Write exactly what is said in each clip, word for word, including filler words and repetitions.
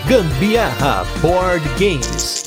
Gambiarra Board Games.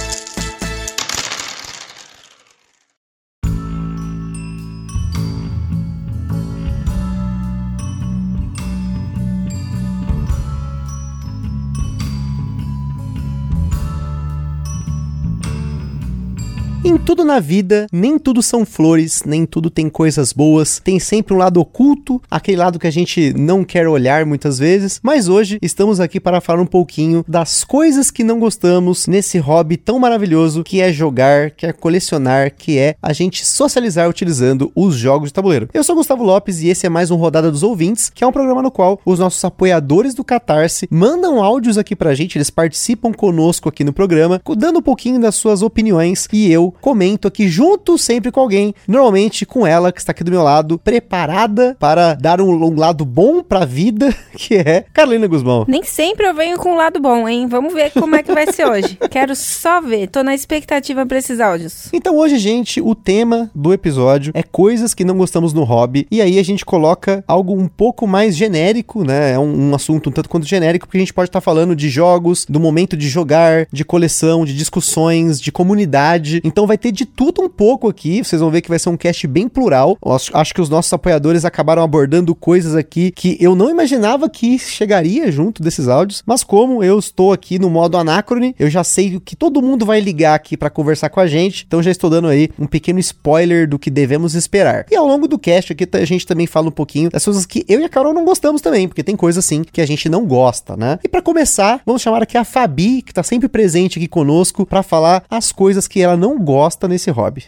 Em tudo na vida, nem tudo são flores, nem tudo tem coisas boas, tem sempre um lado oculto, aquele lado que a gente não quer olhar muitas vezes, mas hoje estamos aqui para falar um pouquinho das coisas que não gostamos nesse hobby tão maravilhoso que é jogar, que é colecionar, que é a gente socializar utilizando os jogos de tabuleiro. Eu sou Gustavo Lopes e esse é mais um Rodada dos Ouvintes, que é um programa no qual os nossos apoiadores do Catarse mandam áudios aqui pra gente, eles participam conosco aqui no programa, dando um pouquinho das suas opiniões e eu comento aqui junto sempre com alguém, normalmente com ela que está aqui do meu lado, preparada para dar um, um lado bom pra vida, que é Carolina Guzmão. Nem sempre eu venho com um lado bom, hein? Vamos ver como é que vai ser hoje. Quero só ver, tô na expectativa pra esses áudios. Então hoje, gente, o tema do episódio é coisas que não gostamos no hobby, e aí a gente coloca algo um pouco mais genérico, né? É um, um assunto um tanto quanto genérico, porque a gente pode estar falando de jogos, do momento de jogar, de coleção, de discussões, de comunidade. Então vai ter de tudo um pouco aqui, vocês vão ver que vai ser um cast bem plural. Eu acho, acho que os nossos apoiadores acabaram abordando coisas aqui que eu não imaginava que chegaria junto desses áudios, mas como eu estou aqui no modo anacrone, eu já sei que todo mundo vai ligar aqui para conversar com a gente, então já estou dando aí um pequeno spoiler do que devemos esperar. E ao longo do cast aqui a gente também fala um pouquinho das coisas que eu e a Carol não gostamos também, porque tem coisa assim que a gente não gosta, né? E para começar, vamos chamar aqui a Fabi, que tá sempre presente aqui conosco, para falar as coisas que ela não gosta nesse hobby.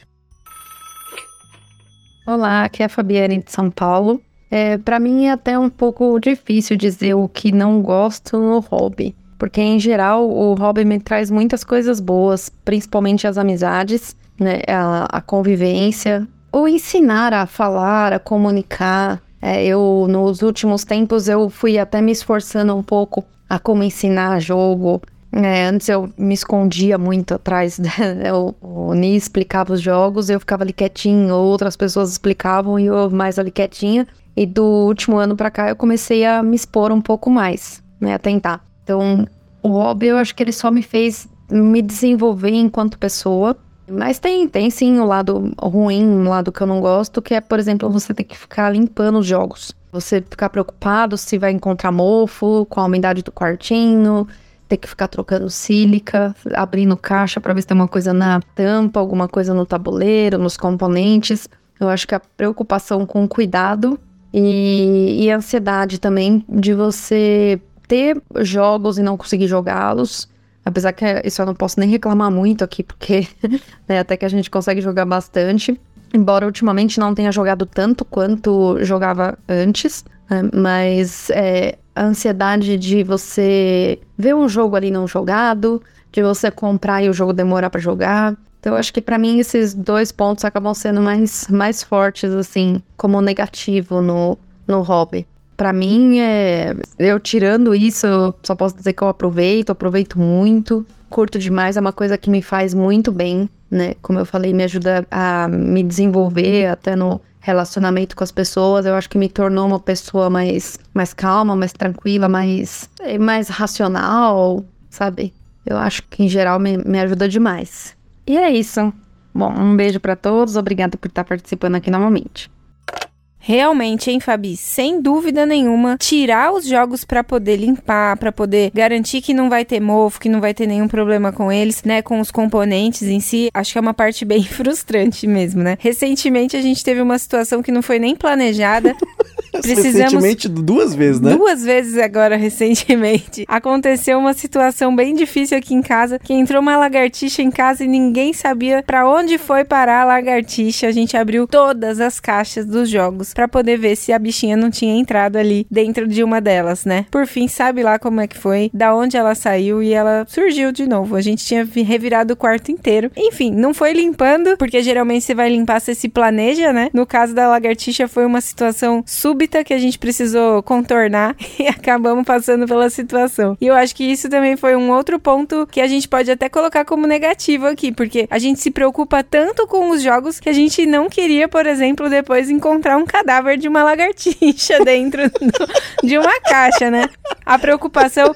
Olá, aqui é a Fabiane de São Paulo. É, para mim é até um pouco difícil dizer o que não gosto no hobby, porque em geral o hobby me traz muitas coisas boas, principalmente as amizades, né, a, a convivência, o ensinar a falar, a comunicar. É, eu nos últimos tempos eu fui até me esforçando um pouco a como ensinar jogo. É, antes eu me escondia muito atrás, né? o, o Ni explicava os jogos, eu ficava ali quietinho, outras pessoas explicavam e eu mais ali quietinha. E do último ano pra cá eu comecei a me expor um pouco mais, né, a tentar. Então, o hobby eu acho que ele só me fez me desenvolver enquanto pessoa. Mas tem, tem sim o lado ruim, o lado que eu não gosto, que é, por exemplo, você ter que ficar limpando os jogos. Você ficar preocupado se vai encontrar mofo, com a umidade do quartinho, ter que ficar trocando sílica, abrindo caixa para ver se tem uma coisa na tampa, alguma coisa no tabuleiro, nos componentes. Eu acho que a preocupação com o cuidado e, e a ansiedade também de você ter jogos e não conseguir jogá-los. Apesar que isso eu não posso nem reclamar muito aqui, porque né, até que a gente consegue jogar bastante. Embora ultimamente não tenha jogado tanto quanto jogava antes, né, mas é, a ansiedade de você ver um jogo ali não jogado, de você comprar e o jogo demorar pra jogar. Então eu acho que pra mim esses dois pontos acabam sendo mais, mais fortes, assim, como negativo no, no hobby. Pra mim, é, eu tirando isso, eu só posso dizer que eu aproveito, aproveito muito, curto demais, é uma coisa que me faz muito bem, né? Como eu falei, me ajuda a me desenvolver até no relacionamento com as pessoas. Eu acho que me tornou uma pessoa mais, mais calma, mais tranquila, mais, mais racional, sabe? Eu acho que em geral me, me ajuda demais. E é isso. Bom, um beijo pra todos, obrigada por estar participando aqui novamente. Realmente, hein, Fabi? Sem dúvida nenhuma, tirar os jogos pra poder limpar, pra poder garantir que não vai ter mofo, que não vai ter nenhum problema com eles, né, com os componentes em si, acho que é uma parte bem frustrante mesmo, né? Recentemente a gente teve uma situação que não foi nem planejada. Precisamos... Recentemente duas vezes, né? Duas vezes agora, recentemente. Aconteceu uma situação bem difícil aqui em casa, que entrou uma lagartixa em casa e ninguém sabia pra onde foi parar a lagartixa. A gente abriu todas as caixas dos jogos pra poder ver se a bichinha não tinha entrado ali dentro de uma delas, né? Por fim, sabe lá como é que foi, da onde ela saiu e ela surgiu de novo. A gente tinha revirado o quarto inteiro. Enfim, não foi limpando, porque geralmente você vai limpar, você se planeja, né? No caso da lagartixa foi uma situação súbita que a gente precisou contornar e acabamos passando pela situação. E eu acho que isso também foi um outro ponto que a gente pode até colocar como negativo aqui, porque a gente se preocupa tanto com os jogos que a gente não queria, por exemplo, depois encontrar um cadáver de uma lagartixa dentro do, de uma caixa, né? A preocupação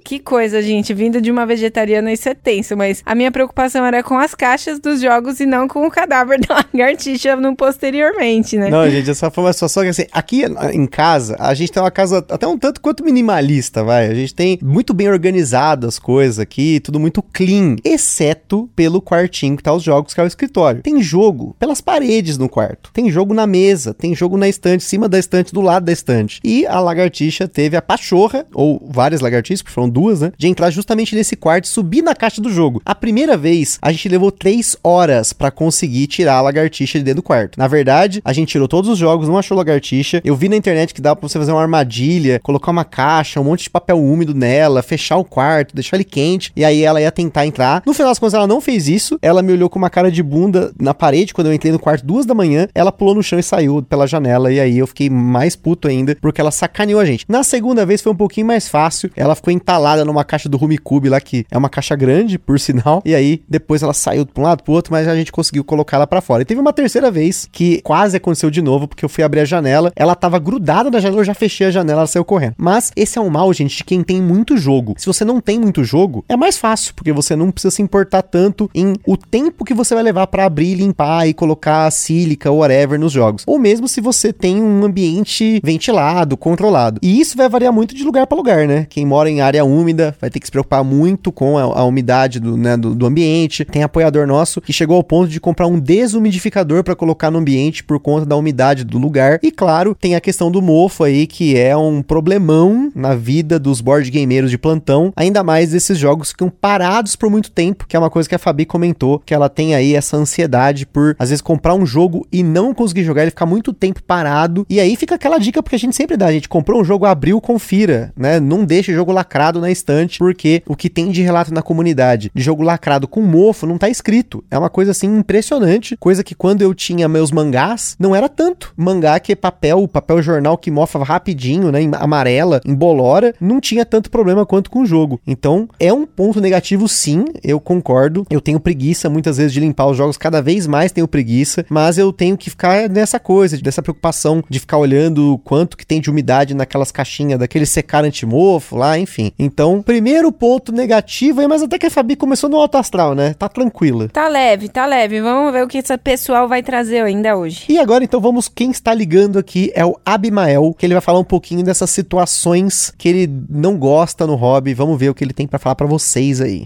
que coisa, gente. Vindo de uma vegetariana, isso é tenso, mas a minha preocupação era com as caixas dos jogos e não com o cadáver da lagartixa no posteriormente, né? Não, gente, essa foi uma situação que, assim, aqui em casa, a gente tem uma casa até um tanto quanto minimalista, vai. A gente tem muito bem organizado as coisas aqui, tudo muito clean, exceto pelo quartinho que tá os jogos, que é o escritório. Tem jogo pelas paredes no quarto, tem jogo na mesa, tem jogo na estante, em cima da estante, do lado da estante. E a lagartixa teve a pachorra, ou várias lagartixas, porque foram duas, né, de entrar justamente nesse quarto e subir na caixa do jogo. A primeira vez, a gente levou três horas pra conseguir tirar a lagartixa de dentro do quarto. Na verdade, a gente tirou todos os jogos, não achou lagartixa. Eu vi na internet que dá pra você fazer uma armadilha, colocar uma caixa, um monte de papel úmido nela, fechar o quarto, deixar ele quente, e aí ela ia tentar entrar. No final das contas, ela não fez isso. Ela me olhou com uma cara de bunda na parede quando eu entrei no quarto duas da manhã. Ela pulou no chão e saiu pela janela, e aí eu fiquei mais puto ainda, porque ela sacaneou a gente. Na segunda vez foi um pouquinho mais fácil. Ela ficou entalada numa caixa do Rumicube lá, que é uma caixa grande, por sinal, e aí depois ela saiu pra um lado pro outro, mas a gente conseguiu colocar ela pra fora. E teve uma terceira vez que quase aconteceu de novo, porque eu fui abrir a janela, ela tava grudada na janela, eu já fechei a janela, ela saiu correndo. Mas esse é um mal, gente, de quem tem muito jogo. Se você não tem muito jogo, é mais fácil, porque você não precisa se importar tanto em o tempo que você vai levar pra abrir, limpar e colocar sílica ou whatever nos jogos. Ou mesmo se você tem um ambiente ventilado, controlado. E isso vai variar muito de lugar pra lugar, né? Quem mora em área úmida vai ter que se preocupar muito com a, a umidade do, né, do, do ambiente. Tem apoiador nosso que chegou ao ponto de comprar um desumidificador pra colocar no ambiente por conta da umidade do lugar. E claro, tem a questão do mofo aí, que é um problemão na vida dos board gameiros de plantão, ainda mais esses jogos que ficam parados por muito tempo, que é uma coisa que a Fabi comentou, que ela tem aí essa ansiedade por, às vezes, comprar um jogo e não conseguir jogar, ele ficar muito tempo parado, e aí fica aquela dica, porque a gente sempre dá, a gente comprou um jogo, abriu, confira, né, não deixe o jogo lacrado na estante, porque o que tem de relato na comunidade de jogo lacrado com mofo não tá escrito, é uma coisa assim impressionante, coisa que quando eu tinha meus mangás, não era tanto, mangá que é papel, papel jornal que mofa rapidinho, né, amarela, embolora, não tinha tanto problema quanto com o jogo, então é um ponto negativo sim, eu concordo, eu tenho preguiça muitas vezes de limpar os jogos, cada vez mais tenho preguiça, mas eu tenho que ficar nessa coisa, dessa preocupação de ficar olhando quanto que tem de umidade naquelas caixinhas, daquele secar antimofo lá, enfim. Então, primeiro ponto negativo aí, mas até que a Fabi começou no alto astral, né? Tá tranquila. Tá leve, tá leve. Vamos ver o que esse pessoal vai trazer ainda hoje. E agora, então, vamos, quem está ligando aqui é o Abimael, que ele vai falar um pouquinho dessas situações que ele não gosta no hobby. Vamos ver o que ele tem pra falar pra vocês aí.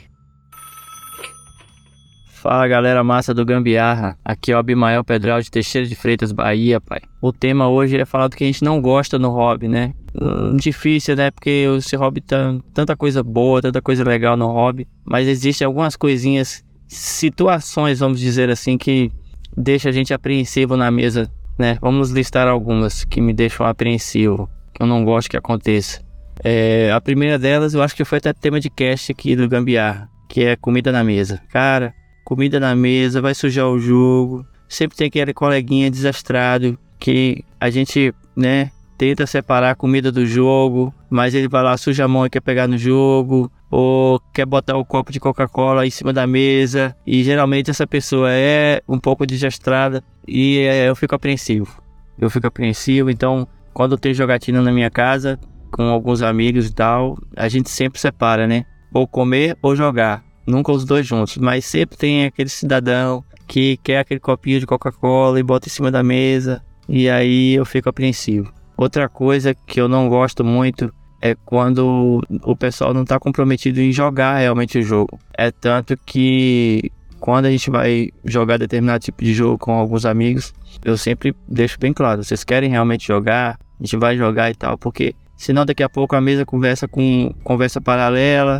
Fala galera massa do Gambiarra, aqui é o Abimael Pedral de Teixeira de Freitas, Bahia, pai. O tema hoje é falar do que a gente não gosta no hobby, né? Hum, difícil, né? Porque esse hobby tem tanta coisa boa, tanta coisa legal no hobby, mas existem algumas coisinhas, situações, vamos dizer assim, que deixa a gente apreensivo na mesa, né? Vamos listar algumas que me deixam apreensivo, que eu não gosto que aconteça. É, a primeira delas, eu acho que foi até tema de cast aqui do Gambiarra, que é comida na mesa. Cara, comida na mesa, vai sujar o jogo. Sempre tem aquele coleguinha desastrado que a gente, né, tenta separar a comida do jogo, mas ele vai lá, suja a mão e quer pegar no jogo, ou quer botar o copo de Coca-Cola em cima da mesa, e geralmente essa pessoa é um pouco desastrada, e é, eu fico apreensivo. Eu fico apreensivo, então, quando eu tenho jogatina na minha casa, com alguns amigos e tal, a gente sempre separa, né? Ou comer ou jogar. Nunca os dois juntos, mas sempre tem aquele cidadão que quer aquele copinho de Coca-Cola e bota em cima da mesa, e aí eu fico apreensivo. Outra coisa que eu não gosto muito é quando o pessoal não está comprometido em jogar realmente o jogo. É tanto que quando a gente vai jogar determinado tipo de jogo com alguns amigos, eu sempre deixo bem claro, vocês querem realmente jogar, a gente vai jogar e tal, porque senão daqui a pouco a mesa conversa com conversa paralela,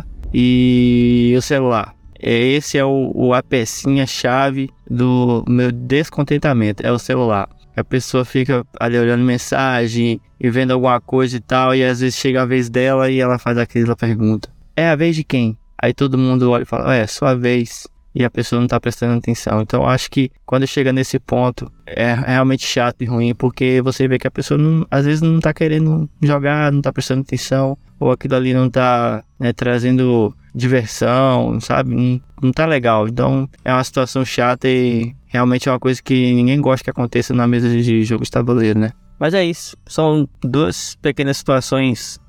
e o celular. Esse é o, o a pecinha-chave do meu descontentamento, é o celular. A pessoa fica ali olhando mensagem e vendo alguma coisa e tal, e às vezes chega a vez dela e ela faz aquela pergunta: é a vez de quem? Aí todo mundo olha e fala: é, sua vez. E a pessoa não tá prestando atenção. Então eu acho que quando chega nesse ponto é realmente chato e ruim, porque você vê que a pessoa não, às vezes não tá querendo jogar, não tá prestando atenção, ou aquilo ali não tá, né, trazendo diversão, sabe? Não, não tá legal. Então é uma situação chata e realmente é uma coisa que ninguém gosta que aconteça na mesa de jogo de tabuleiro, né? Mas é isso. São duas pequenas situações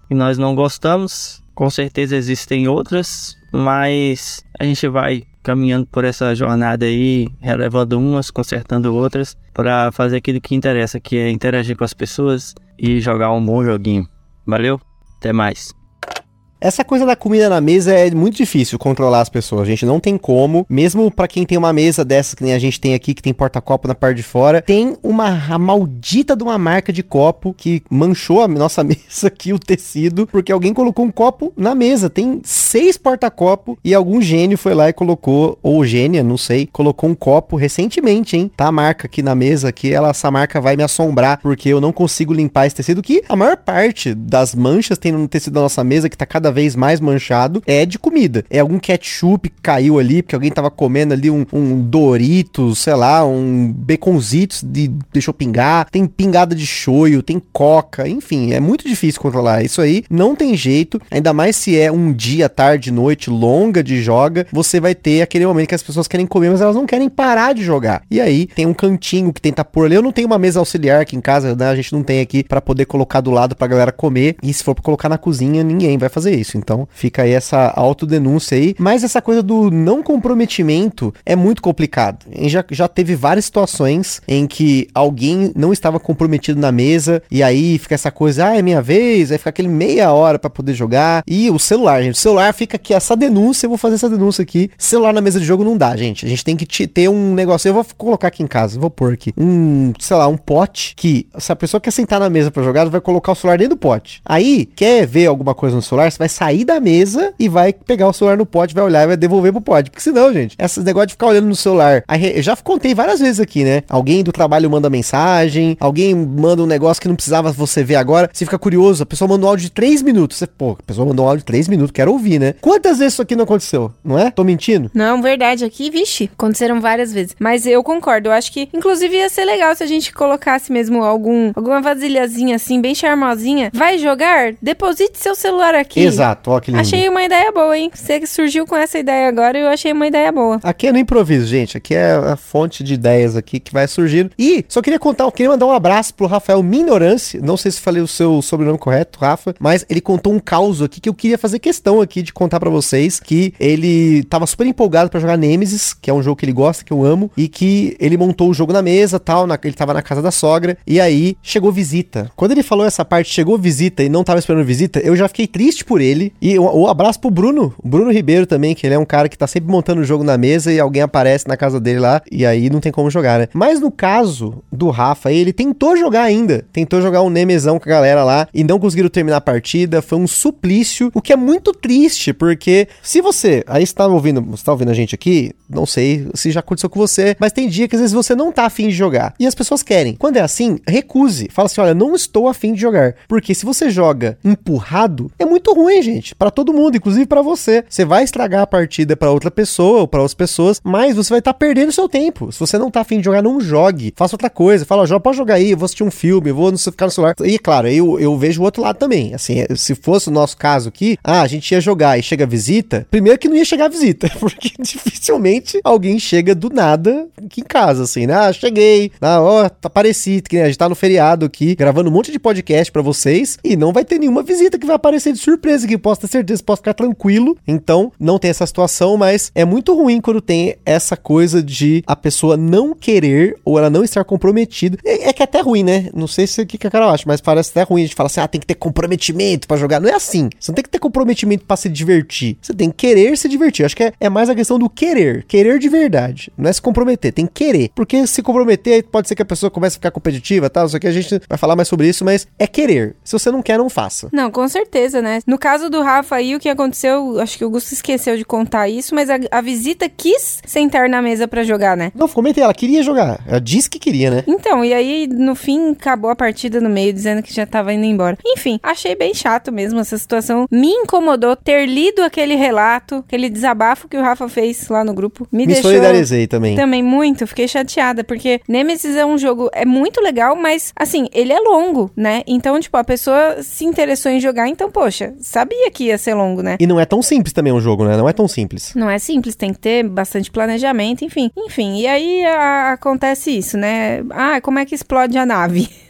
e nós não gostamos. Com certeza existem outras, mas a gente vai caminhando por essa jornada aí, relevando umas, consertando outras, para fazer aquilo que interessa, que é interagir com as pessoas e jogar um bom joguinho. Valeu, até mais. Essa coisa da comida na mesa é muito difícil controlar as pessoas, a gente não tem como, mesmo pra quem tem uma mesa dessa que nem a gente tem aqui, que tem porta-copo na parte de fora, tem uma a maldita de uma marca de copo que manchou a nossa mesa aqui, o tecido, porque alguém colocou um copo na mesa, tem seis porta-copo e algum gênio foi lá e colocou, ou gênia, não sei, colocou um copo recentemente, hein, tá a marca aqui na mesa, que ela, essa marca vai me assombrar, porque eu não consigo limpar esse tecido, que a maior parte das manchas tem no tecido da nossa mesa, que tá cada vez mais manchado, é de comida. É algum ketchup que caiu ali, porque alguém tava comendo ali um, um Doritos, sei lá, um baconzitos de deixou pingar, tem pingada de shoyu, tem coca, enfim, é muito difícil controlar. Isso aí não tem jeito, ainda mais se é um dia, tarde, noite, longa de joga, você vai ter aquele momento que as pessoas querem comer, mas elas não querem parar de jogar. E aí, tem um cantinho que tenta pôr ali, eu não tenho uma mesa auxiliar aqui em casa, né? A gente não tem aqui pra poder colocar do lado pra galera comer, e se for pra colocar na cozinha, ninguém vai fazer isso. Então, fica aí essa autodenúncia aí. Mas essa coisa do não comprometimento é muito complicado. A gente já, já teve várias situações em que alguém não estava comprometido na mesa, e aí fica essa coisa, ah, é minha vez, aí fica aquele meia hora pra poder jogar. E o celular, gente, o celular fica aqui, essa denúncia, eu vou fazer essa denúncia aqui. Celular na mesa de jogo não dá, gente. A gente tem que te, ter um negócio, eu vou colocar aqui em casa, vou pôr aqui, um, sei lá, um pote, que se a pessoa quer sentar na mesa pra jogar, ela vai colocar o celular dentro do pote. Aí, quer ver alguma coisa no celular, você vai sair da mesa e vai pegar o celular no pote, vai olhar e vai devolver pro pote. Porque senão, gente, esses negócios de ficar olhando no celular, aí, eu já contei várias vezes aqui, né? Alguém do trabalho manda mensagem, alguém manda um negócio que não precisava você ver agora, você fica curioso, a pessoa manda um áudio de três minutos, você, pô, a pessoa mandou um áudio de três minutos, quero ouvir, né? Quantas vezes isso aqui não aconteceu, não é? Tô mentindo? Não, verdade, aqui, vixe, aconteceram várias vezes. Mas eu concordo, eu acho que, inclusive, ia ser legal se a gente colocasse mesmo algum, alguma vasilhazinha assim, bem charmosinha. Vai jogar? Deposite seu celular aqui. Exato, ó que lindo. Achei uma ideia boa, hein? Você que surgiu com essa ideia agora, eu achei uma ideia boa. Aqui é no improviso, gente. Aqui é a fonte de ideias aqui que vai surgindo. E só queria contar, eu queria mandar um abraço pro Rafael Minorance. Não sei se falei o seu sobrenome correto, Rafa, mas ele contou um caos aqui que eu queria fazer questão aqui de contar pra vocês, que ele tava super empolgado pra jogar Nemesis, que é um jogo que ele gosta, que eu amo, e que ele montou o jogo na mesa, tal, na, ele tava na casa da sogra, e aí chegou visita. Quando ele falou essa parte, chegou visita e não tava esperando visita, eu já fiquei triste por ele. E um, um abraço pro Bruno, o Bruno Ribeiro também, que ele é um cara que tá sempre montando o jogo na mesa e alguém aparece na casa dele lá, e aí não tem como jogar, né? Mas no caso do Rafa, ele tentou jogar ainda, tentou jogar um Nemesão com a galera lá, e não conseguiram terminar a partida, foi um suplício, o que é muito triste, porque se você, aí você tá ouvindo, você tá ouvindo a gente aqui, não sei se já aconteceu com você, mas tem dia que às vezes você não tá afim de jogar, e as pessoas querem. Quando é assim, recuse, fala assim, olha, não estou afim de jogar, porque se você joga empurrado, é muito ruim, gente, pra todo mundo, inclusive pra você. Você vai estragar a partida pra outra pessoa ou pra outras pessoas, mas você vai estar tá perdendo seu tempo. Se você não tá afim de jogar, não jogue. Faça outra coisa. Fala, ó, pode jogar aí, eu vou assistir um filme, eu vou não sei, ficar no celular. E claro, eu, eu vejo o outro lado também. Assim, se fosse o nosso caso aqui, ah, a gente ia jogar e chega a visita, primeiro que não ia chegar a visita, porque dificilmente alguém chega do nada aqui em casa, assim, né? Ah, cheguei, ah, ó, tá parecido, que a gente tá no feriado aqui, gravando um monte de podcast pra vocês, e não vai ter nenhuma visita que vai aparecer de surpresa, que posso ter certeza, posso ficar tranquilo. Então, não tem essa situação, mas é muito ruim quando tem essa coisa de a pessoa não querer ou ela não estar comprometida. É, é que é até ruim, né? Não sei se o que a Carol acha, mas parece até ruim a gente falar assim, ah, tem que ter comprometimento pra jogar. Não é assim. Você não tem que ter comprometimento pra se divertir. Você tem que querer se divertir. Eu acho que é, é mais a questão do querer. Querer de verdade. Não é se comprometer, tem que querer. Porque se comprometer, pode ser que a pessoa comece a ficar competitiva, tá? Não sei o que, a gente vai falar mais sobre isso, mas é querer. Se você não quer, não faça. Não, com certeza, né? No caso do Rafa aí, o que aconteceu, acho que o Gusto esqueceu de contar isso, mas a, a visita quis sentar na mesa pra jogar, né? Não, comentei, ela queria jogar. Ela disse que queria, né? Então, e aí, no fim, acabou a partida no meio, dizendo que já tava indo embora. Enfim, achei bem chato mesmo essa situação. Me incomodou ter lido aquele relato, aquele desabafo que o Rafa fez lá no grupo. Me, Me deixou... solidarizei também. Também muito, fiquei chateada, porque Nemesis é um jogo, é muito legal, mas, assim, ele é longo, né? Então, tipo, a pessoa se interessou em jogar, então, poxa, sabia que ia ser longo, né? E não é tão simples também o jogo, né? Não é tão simples. Não é simples, tem que ter bastante planejamento, enfim. Enfim, e aí a, acontece isso, né? Ah, como é que explode a nave?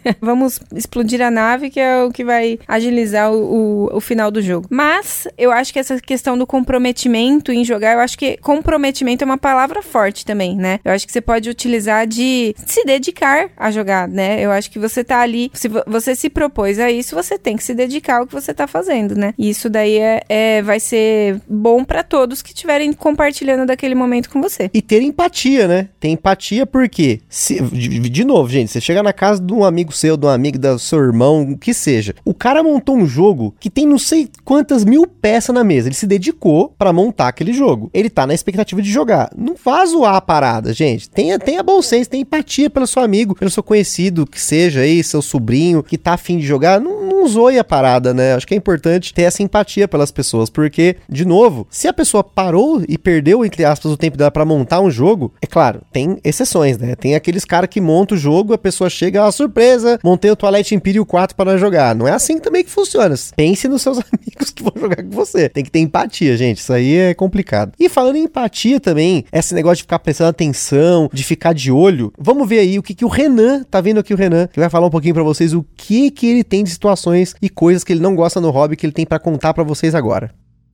Vamos explodir a nave, que é o que vai agilizar o, o, o final do jogo. Mas, eu acho que essa questão do comprometimento em jogar, eu acho que comprometimento é uma palavra forte também, né? Eu acho que você pode utilizar de se dedicar a jogar, né? Eu acho que você tá ali, se você se propôs a isso, você tem que se dedicar ao que você tá fazendo, né? E isso daí é, é, vai ser bom pra todos que estiverem compartilhando daquele momento com você. E ter empatia, né? Ter empatia porque, se, de, de novo, gente, você chega na casa de um amigo seu, de um amigo do seu irmão, o que seja. O cara montou um jogo que tem não sei quantas mil peças na mesa. Ele se dedicou pra montar aquele jogo. Ele tá na expectativa de jogar. Não vá zoar a parada, gente. Tenha, tenha bom senso, tenha empatia pelo seu amigo, pelo seu conhecido, que seja aí, seu sobrinho, que tá afim de jogar. Não, não zoe a parada, né? Acho que é importante ter essa empatia pelas pessoas, porque, de novo, se a pessoa parou e perdeu, entre aspas, o tempo dela pra montar um jogo, é claro, tem exceções, né? Tem aqueles caras que montam o jogo, a pessoa chega, ó, surpresa, montei o Twilight Imperium quatro para jogar. Não é assim também que funciona. Pense nos seus amigos que vão jogar com você. Tem que ter empatia, gente. Isso aí é complicado. E falando em empatia também, esse negócio de ficar prestando atenção, de ficar de olho, vamos ver aí o que, que o Renan, tá vendo aqui o Renan, que vai falar um pouquinho pra vocês o que que ele tem de situações e coisas que ele não gosta no hobby, que ele tem pra contar pra vocês agora.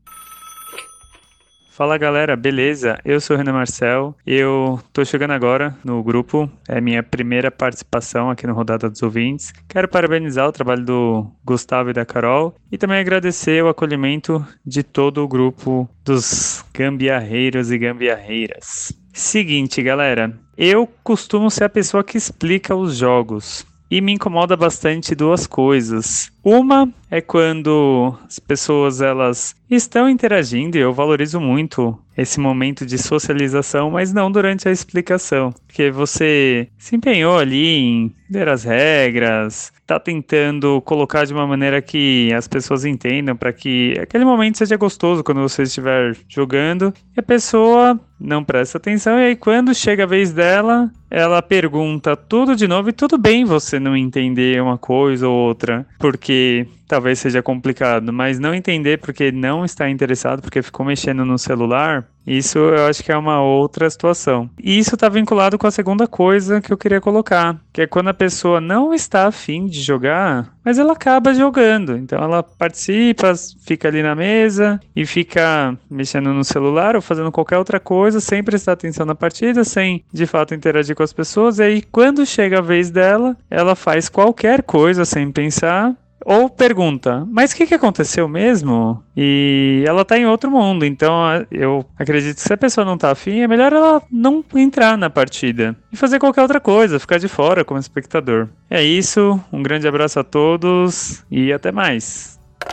Fala galera, beleza? Eu sou o Renan Marcel, eu tô chegando agora no grupo, é minha primeira participação aqui no Rodada dos Ouvintes. Quero parabenizar o trabalho do Gustavo e da Carol e também agradecer o acolhimento de todo o grupo dos gambiarreiros e gambiarreiras. Seguinte galera, eu costumo ser a pessoa que explica os jogos. E me incomoda bastante duas coisas. Uma é quando as pessoas elas estão interagindo, e eu valorizo muito esse momento de socialização, mas não durante a explicação. Porque você se empenhou ali em ler as regras, tá tentando colocar de uma maneira que as pessoas entendam, para que aquele momento seja gostoso quando você estiver jogando, e a pessoa não presta atenção, e aí quando chega a vez dela, ela pergunta tudo de novo, e tudo bem você não entender uma coisa ou outra, porque talvez seja complicado, mas não entender porque não está interessado, porque ficou mexendo no celular, isso eu acho que é uma outra situação. E isso está vinculado com a segunda coisa que eu queria colocar, que é quando a pessoa não está afim de jogar, mas ela acaba jogando. Então ela participa, fica ali na mesa e fica mexendo no celular ou fazendo qualquer outra coisa, sem prestar atenção na partida, sem de fato interagir com as pessoas. E aí quando chega a vez dela, ela faz qualquer coisa sem pensar, ou pergunta, mas o que, que aconteceu mesmo? E ela tá em outro mundo, então eu acredito que se a pessoa não tá afim, é melhor ela não entrar na partida e fazer qualquer outra coisa, ficar de fora como espectador. É isso, um grande abraço a todos e até mais.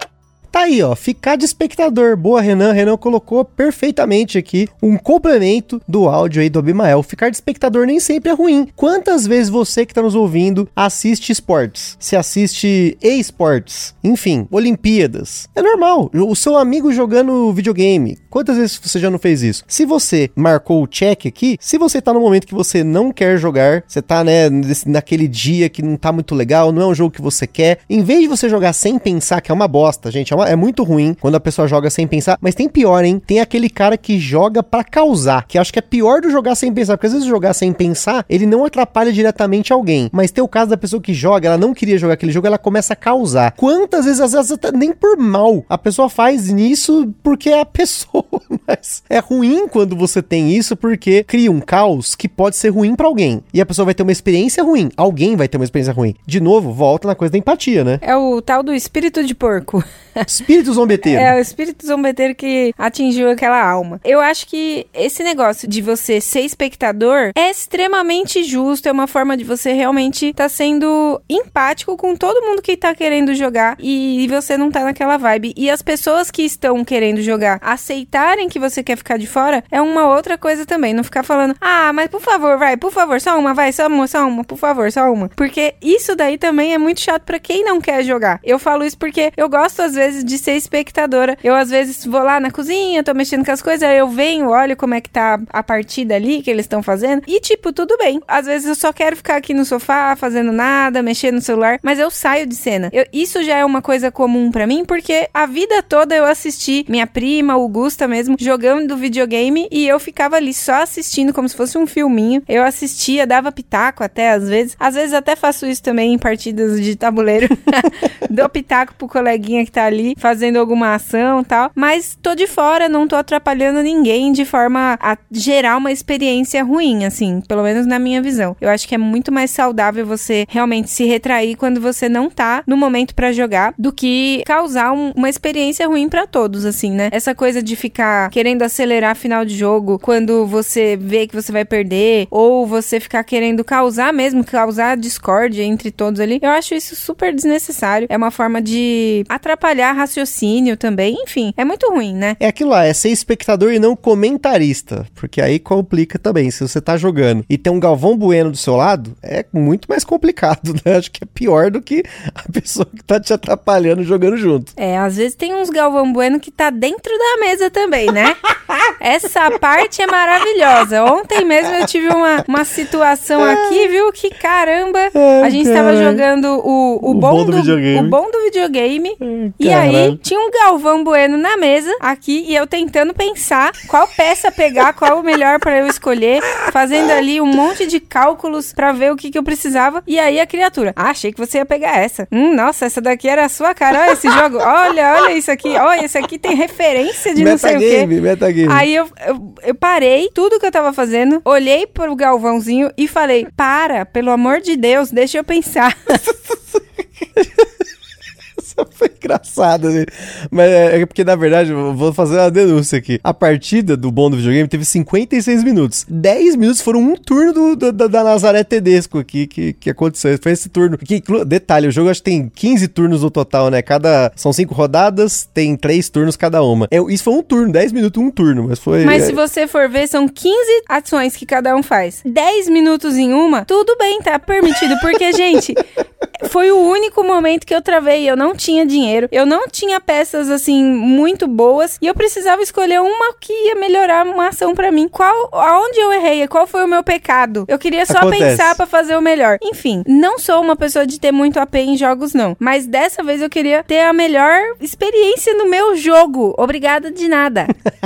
Tá aí, ó, ficar de espectador. Boa, Renan. Renan colocou perfeitamente aqui um complemento do áudio aí do Abimael. Ficar de espectador nem sempre é ruim. Quantas vezes você que tá nos ouvindo assiste esportes? Se assiste e-sports? Enfim, Olimpíadas. É normal. O seu amigo jogando videogame. Quantas vezes você já não fez isso? Se você marcou o check aqui, se você tá no momento que você não quer jogar, você tá, né, naquele dia que não tá muito legal, não é um jogo que você quer, em vez de você jogar sem pensar, que é uma bosta, gente, é uma É muito ruim quando a pessoa joga sem pensar, mas tem pior, hein? Tem aquele cara que joga pra causar, que acho que é pior do jogar sem pensar, porque às vezes jogar sem pensar, ele não atrapalha diretamente alguém, mas tem o caso da pessoa que joga, ela não queria jogar aquele jogo, ela começa a causar. Quantas vezes, às vezes, nem por mal, a pessoa faz nisso porque é a pessoa, mas é ruim quando você tem isso, porque cria um caos que pode ser ruim pra alguém, e a pessoa vai ter uma experiência ruim, alguém vai ter uma experiência ruim. De novo, volta na coisa da empatia, né? É o tal do espírito de porco. Espírito zombeteiro. É, o espírito zombeteiro que atingiu aquela alma. Eu acho que esse negócio de você ser espectador é extremamente justo, é uma forma de você realmente estar tá sendo empático com todo mundo que tá querendo jogar e você não tá naquela vibe. E as pessoas que estão querendo jogar aceitarem que você quer ficar de fora é uma outra coisa também. Não ficar falando, ah, mas por favor, vai, por favor, só uma, vai, só uma, só uma, por favor, só uma. Porque isso daí também é muito chato pra quem não quer jogar. Eu falo isso porque eu gosto às vezes de ser espectadora. Eu às vezes vou lá na cozinha, tô mexendo com as coisas, aí eu venho, olho como é que tá a partida ali que eles estão fazendo e tipo, tudo bem. Às vezes eu só quero ficar aqui no sofá fazendo nada, mexendo no celular, mas eu saio de cena. Eu, isso já é uma coisa comum pra mim, porque a vida toda eu assisti minha prima, Augusta mesmo, jogando videogame e eu ficava ali só assistindo como se fosse um filminho. Eu assistia, dava pitaco até às vezes. Às vezes até faço isso também em partidas de tabuleiro. Dou pitaco pro coleguinha que tá ali fazendo alguma ação e tal. Mas tô de fora, não tô atrapalhando ninguém de forma a gerar uma experiência ruim, assim. Pelo menos na minha visão. Eu acho que é muito mais saudável você realmente se retrair quando você não tá no momento pra jogar do que causar um, uma experiência ruim pra todos, assim, né? Essa coisa de ficar querendo acelerar final de jogo quando você vê que você vai perder, ou você ficar querendo causar mesmo, causar discórdia entre todos ali, eu acho isso super desnecessário. É uma forma de atrapalhar raciocínio também, enfim, é muito ruim, né? É aquilo lá, é ser espectador e não comentarista, porque aí complica também. Se você tá jogando e tem um Galvão Bueno do seu lado, é muito mais complicado, né? Acho que é pior do que a pessoa que tá te atrapalhando jogando junto. É, às vezes tem uns Galvão Bueno que tá dentro da mesa também, né? Essa parte é maravilhosa. Ontem mesmo eu tive uma, uma situação aqui, viu? Que caramba, a gente tava jogando o, o, O bom, bom do do, videogame. o bom do videogame. Ai, E caralho. aí tinha um Galvão Bueno na mesa aqui e eu tentando pensar qual peça pegar, qual o melhor pra eu escolher, fazendo ali um monte de cálculos pra ver o que que eu precisava. E aí a criatura, ah, achei que você ia pegar essa. Hum, nossa, essa daqui era a sua cara. Olha esse jogo. Olha, olha isso aqui. Olha, esse aqui tem referência de não sei o quê. Metagame, metagame. Aí eu, eu, eu parei tudo que eu tava fazendo, olhei pro Galvãozinho e falei, para, pelo amor de Deus, deixa eu pensar. Isso foi engraçado, assim. Mas é porque, na verdade, eu vou fazer uma denúncia aqui. A partida do bom do videogame teve cinquenta e seis minutos. dez minutos foram um turno do, do, da, da Nazaré Tedesco aqui que, que aconteceu. Foi esse turno. Que, detalhe, o jogo acho que tem quinze turnos no total, né? Cada, são cinco rodadas, tem três turnos cada uma. É, isso foi um turno, dez minutos, um turno. Mas foi... Mas é... se você for ver, são quinze ações que cada um faz. dez minutos em uma, tudo bem, tá permitido. Porque, gente, foi o único momento que eu travei. Eu não tinha dinheiro, eu não tinha peças, assim, muito boas, e eu precisava escolher uma que ia melhorar uma ação pra mim. Qual, aonde eu errei? Qual foi o meu pecado? Eu queria só Acontece. pensar pra fazer o melhor. Enfim, não sou uma pessoa de ter muito A P em jogos, não. Mas dessa vez eu queria ter a melhor experiência no meu jogo. Obrigada de nada.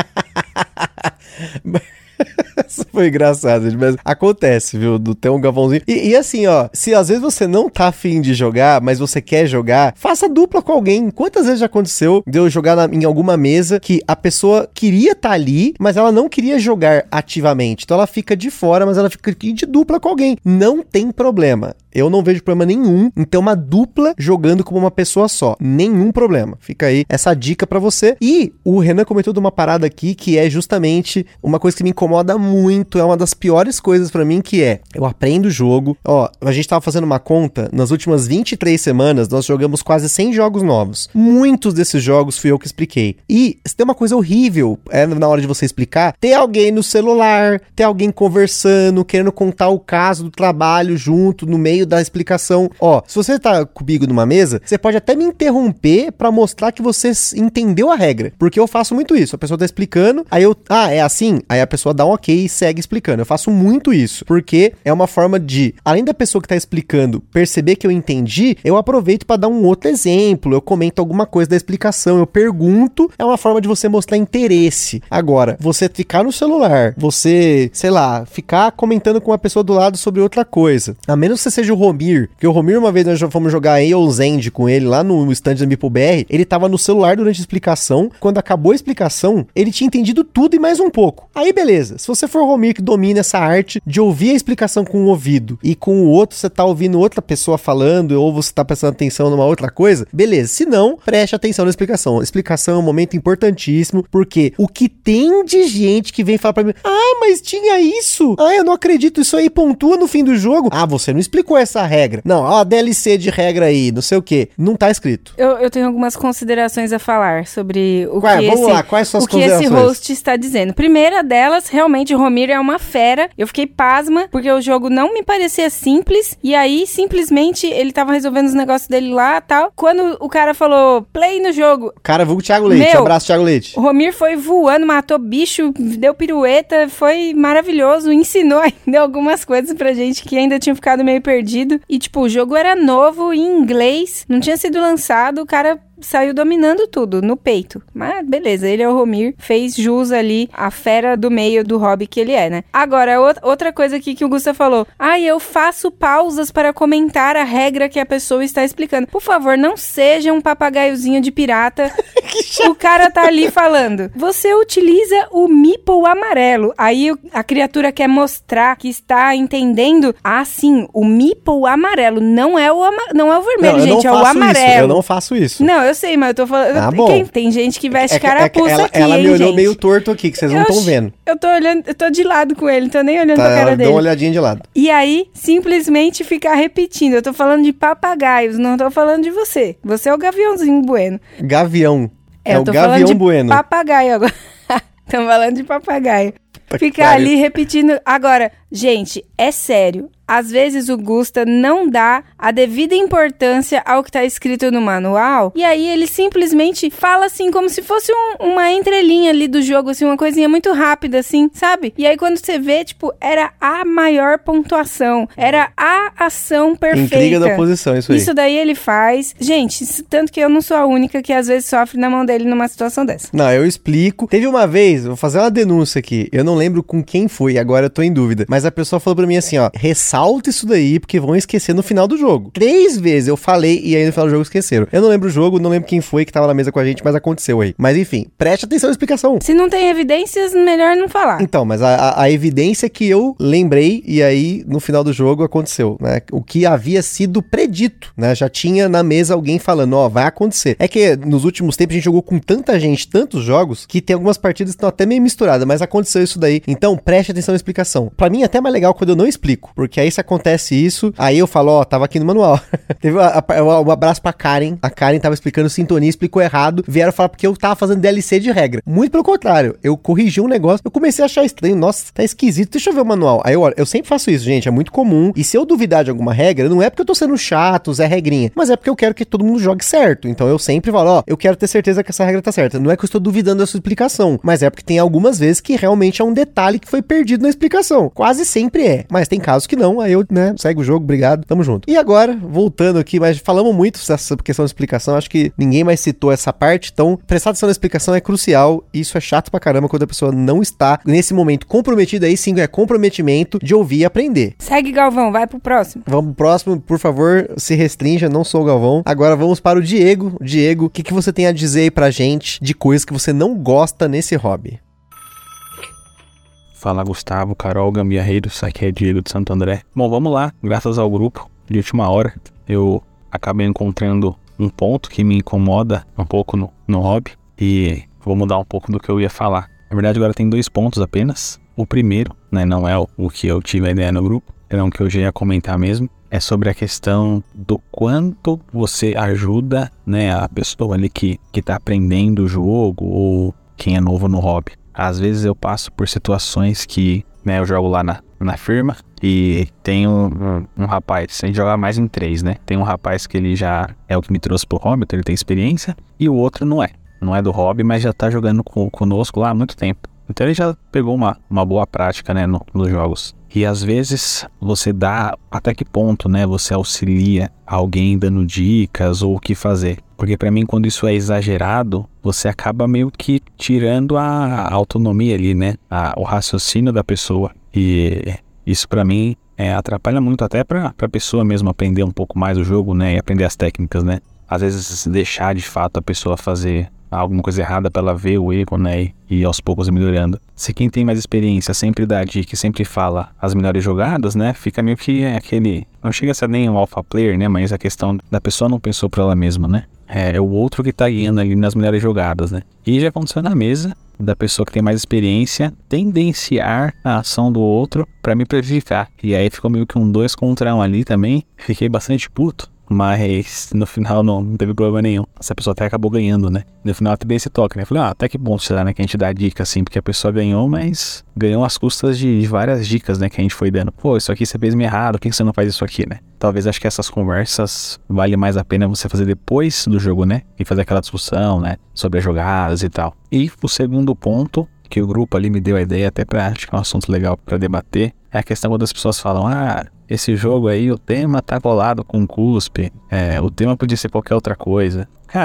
Isso foi engraçado, gente, mas acontece, viu, do ter um Galvãozinho. E, e assim, ó, se às vezes você não tá afim de jogar, mas você quer jogar, faça dupla com alguém. Quantas vezes já aconteceu de eu jogar na, em alguma mesa que a pessoa queria estar tá ali, mas ela não queria jogar ativamente. Então ela fica de fora, mas ela fica aqui de dupla com alguém. Não tem problema. Eu não vejo problema nenhum em ter uma dupla jogando como uma pessoa só. Nenhum problema. Fica aí essa dica pra você. E o Renan comentou de uma parada aqui que é justamente uma coisa que me incomoda muito. É uma das piores coisas pra mim, que é, eu aprendo o jogo. Ó, a gente tava fazendo uma conta. Nas últimas vinte e três semanas, nós jogamos quase cem jogos novos. Muitos desses jogos fui eu que expliquei. E se tem uma coisa horrível, é na hora de você explicar, ter alguém no celular, ter alguém conversando, querendo contar o caso do trabalho junto, no meio da explicação. Ó, se você tá comigo numa mesa, você pode até me interromper pra mostrar que você entendeu a regra, porque eu faço muito isso. A pessoa tá explicando, aí eu, ah, é assim? Aí a pessoa dá um ok e segue explicando. Eu faço muito isso, porque é uma forma de, além da pessoa que tá explicando perceber que eu entendi, eu aproveito pra dar um outro exemplo, eu comento alguma coisa da explicação, eu pergunto, é uma forma de você mostrar interesse. Agora, você ficar no celular, você, sei lá, ficar comentando com uma pessoa do lado sobre outra coisa, a menos que você seja o Romir, porque o Romir, uma vez nós já fomos jogar Aeon's End com ele lá no stand da Meeple B R, ele tava no celular durante a explicação, quando acabou a explicação, ele tinha entendido tudo e mais um pouco. Aí beleza, se você for o Romir que domina essa arte de ouvir a explicação com o ouvido e com o outro você tá ouvindo outra pessoa falando ou você tá prestando atenção numa outra coisa, beleza. Se não, preste atenção na explicação. A explicação é um momento importantíssimo, porque o que tem de gente que vem falar pra mim, ah, mas tinha isso, ah, eu não acredito, isso aí pontua no fim do jogo, ah, você não explicou essa regra, não, ó, a D L C de regra aí, não sei o que, não tá escrito. Eu, eu tenho algumas considerações a falar sobre o Ué, que, vamos esse, lá, quais são as o que esse considerações? host está dizendo. Primeira delas, realmente o Romir é uma fera. Eu fiquei pasma, porque o jogo não me parecia simples, e aí simplesmente ele tava resolvendo os negócios dele lá e tal. Quando o cara falou play no jogo, Cara, vulgo Thiago Leite, Meu, abraço Thiago Leite. o Romir foi voando, matou bicho, deu pirueta, foi maravilhoso, ensinou ainda algumas coisas pra gente que ainda tinha ficado meio perdido. E tipo, o jogo era novo, em inglês, não tinha sido lançado, o cara saiu dominando tudo, no peito. Mas beleza, ele é o Romir, fez jus ali a fera do meio do hobby que ele é, né? Agora, outra coisa aqui que o Gusta falou. Ah, eu faço pausas para comentar a regra que a pessoa está explicando. Por favor, não seja um papagaiozinho de pirata. O cara tá ali falando. Você utiliza o meeple amarelo. Aí a criatura quer mostrar que está entendendo. Ah, sim, o meeple amarelo. Não é o, ama- não é o vermelho, não, gente, é o amarelo. Isso, eu não faço isso. Não, eu sei, mas eu tô falando... Ah, bom. Quem, tem gente que veste é, carapuça é, ela, aqui, ela hein, me olhou gente? meio torto aqui, que vocês não estão vendo. Eu tô olhando, eu tô de lado com ele, não tô nem olhando Tá, pra cara ela dele. deu uma olhadinha de lado. E aí, simplesmente ficar repetindo. Eu tô falando de papagaios, não tô falando de você. Você é o gaviãozinho bueno. Gavião. É, É, o eu tô Gavião falando de Bueno. papagaio agora. Estamos falando de papagaio. Puta que Ficar pariu. ali repetindo. Agora, gente, é sério. Às vezes o Gusta não dá a devida importância ao que tá escrito no manual. E aí ele simplesmente fala assim, como se fosse um, uma entrelinha ali do jogo, assim, uma coisinha muito rápida, assim, sabe? E aí quando você vê, tipo, era a maior pontuação. Era a ação perfeita. Intriga da oposição, isso aí. Isso daí ele faz. Gente, isso- tanto que eu não sou a única que às vezes sofre na mão dele numa situação dessa. Não, eu explico. Teve uma vez, vou fazer uma denúncia aqui. Eu não lembro com quem foi, agora eu tô em dúvida. Mas a pessoa falou pra mim assim, ó, ressalta isso daí, porque vão esquecer no final do jogo. Três vezes eu falei e aí no final do jogo esqueceram. Eu não lembro o jogo, não lembro quem foi que tava na mesa com a gente, mas aconteceu aí. Mas enfim, preste atenção na explicação. Se não tem evidências, melhor não falar. Então, mas a, a, a evidência que eu lembrei, e aí no final do jogo aconteceu, né? O que havia sido predito, né? Já tinha na mesa alguém falando, ó, vai acontecer. É que nos últimos tempos a gente jogou com tanta gente, tantos jogos, que tem algumas partidas que estão até meio misturadas, mas aconteceu isso daí. Então, preste atenção na explicação. Pra mim é até mais legal quando eu não explico, porque aí se acontece isso, aí eu falo, ó, tava aqui no manual. Teve um abraço pra Karen, a Karen tava explicando sintonia, explicou errado, vieram falar porque eu tava fazendo D L C de regra. Muito pelo contrário, eu corrigi um negócio, eu comecei a achar estranho, nossa, tá esquisito, deixa eu ver o manual. Aí eu olho, eu sempre faço isso, gente, é muito comum, e se eu duvidar de alguma regra, não é porque eu tô sendo chato, Zé Regrinha, mas é porque eu quero que todo mundo jogue certo, então eu sempre falo, ó, eu quero ter certeza que essa regra tá certa. Não é que eu estou duvidando da sua explicação, mas é porque tem algumas vezes que realmente é um detalhe que foi perdido na explicação. Quase sempre é, mas tem casos que não, aí eu, né, segue o jogo, obrigado, tamo junto. E agora, voltando aqui, mas falamos muito dessa questão de explicação, acho que ninguém mais citou essa parte, então prestar atenção na explicação é crucial, e isso é chato pra caramba quando a pessoa não está, nesse momento, comprometida, aí sim é comprometimento de ouvir e aprender. Segue, Galvão, vai pro próximo. Vamos pro próximo, por favor, se restrinja, não sou o Galvão. Agora vamos para o Diego. Diego, o que, que você tem a dizer aí pra gente de coisas que você não gosta nesse hobby? Fala Gustavo, Carol, Gambiarreiros, aqui é Diego de Santo André. Bom, vamos lá, graças ao grupo, de última hora, eu acabei encontrando um ponto que me incomoda um pouco no, no hobby e vou mudar um pouco do que eu ia falar. Na verdade agora tem dois pontos apenas. O primeiro, né, não é o, o que eu tive a ideia no grupo, era o que eu já ia comentar mesmo, é sobre a questão do quanto você ajuda, né, a pessoa ali que, que tá aprendendo o jogo ou quem é novo no hobby. Às vezes eu passo por situações que, né, eu jogo lá na, na firma e tem um, um, um rapaz, a gente joga mais em três, né? Tem um rapaz que ele já é o que me trouxe pro hobby, então ele tem experiência, e o outro não é. Não é do hobby, mas já tá jogando com, conosco lá há muito tempo. Então ele já pegou uma, uma boa prática, né, no, nos jogos. E às vezes você dá até que ponto, né, você auxilia alguém dando dicas ou o que fazer. Porque pra mim, quando isso é exagerado, você acaba meio que tirando a autonomia ali, né, a, o raciocínio da pessoa. E isso pra mim é, atrapalha muito até pra, pra pessoa mesmo aprender um pouco mais o jogo, né, e aprender as técnicas, né. Às vezes deixar de fato a pessoa fazer alguma coisa errada pra ela ver o erro, né, e aos poucos melhorando. Se quem tem mais experiência sempre dá dica, sempre fala as melhores jogadas, né, fica meio que aquele, não chega a ser nem um alpha player, né, mas a questão da pessoa não pensou por ela mesma, né, é, é o outro que tá guiando ali nas melhores jogadas, né. E já aconteceu na mesa da pessoa que tem mais experiência tendenciar a ação do outro pra me prejudicar, e aí ficou meio que um dois contra um ali também, fiquei bastante puto. Mas no final não, não teve problema nenhum. Essa pessoa até acabou ganhando, né? No final até dei esse toque, né? Falei, ah, até que bom, será, né? Que a gente dá dica assim, porque a pessoa ganhou, mas ganhou às custas de, de várias dicas, né? Que a gente foi dando. Pô, isso aqui você fez meio errado, por que você não faz isso aqui, né? Talvez acho que essas conversas vale mais a pena você fazer depois do jogo, né? E fazer aquela discussão, né? Sobre as jogadas e tal. E o segundo ponto, que o grupo ali me deu a ideia, até pra, acho que é um assunto legal pra debater, é a questão quando as pessoas falam, ah, esse jogo aí, o tema tá colado com cuspe, é, o tema podia ser qualquer outra coisa. Cara,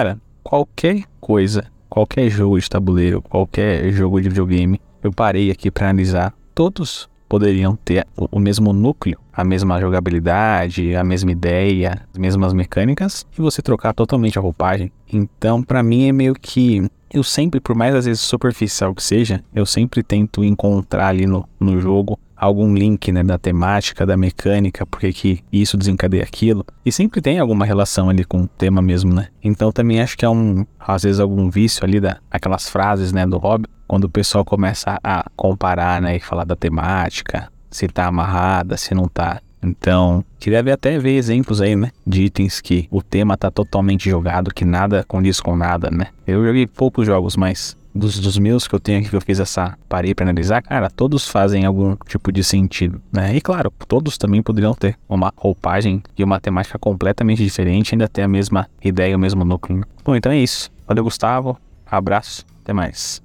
qualquer coisa, qualquer jogo de tabuleiro, qualquer jogo de videogame, eu parei aqui pra analisar, todos poderiam ter o, o mesmo núcleo, a mesma jogabilidade, a mesma ideia, as mesmas mecânicas, e você trocar totalmente a roupagem. Então, pra mim é meio que... Eu sempre, por mais às vezes superficial que seja, eu sempre tento encontrar ali no, no jogo algum link, né, da temática, da mecânica, porque que isso desencadeia aquilo. E sempre tem alguma relação ali com o tema mesmo, né? Então também acho que é um, às vezes, algum vício ali da, aquelas frases, né, do hobby, quando o pessoal começa a comparar, né, e falar da temática, se tá amarrada, se não tá. Então, queria ver até ver exemplos aí, né, de itens que o tema tá totalmente jogado, que nada condiz com nada, né. Eu joguei poucos jogos, mas dos, dos meus que eu tenho aqui, que eu fiz essa, parei pra analisar, cara, todos fazem algum tipo de sentido, né. E claro, todos também poderiam ter uma roupagem e uma temática completamente diferente, ainda ter a mesma ideia, o mesmo núcleo, né? Bom, então é isso. Valeu, Gustavo. Abraço. Até mais.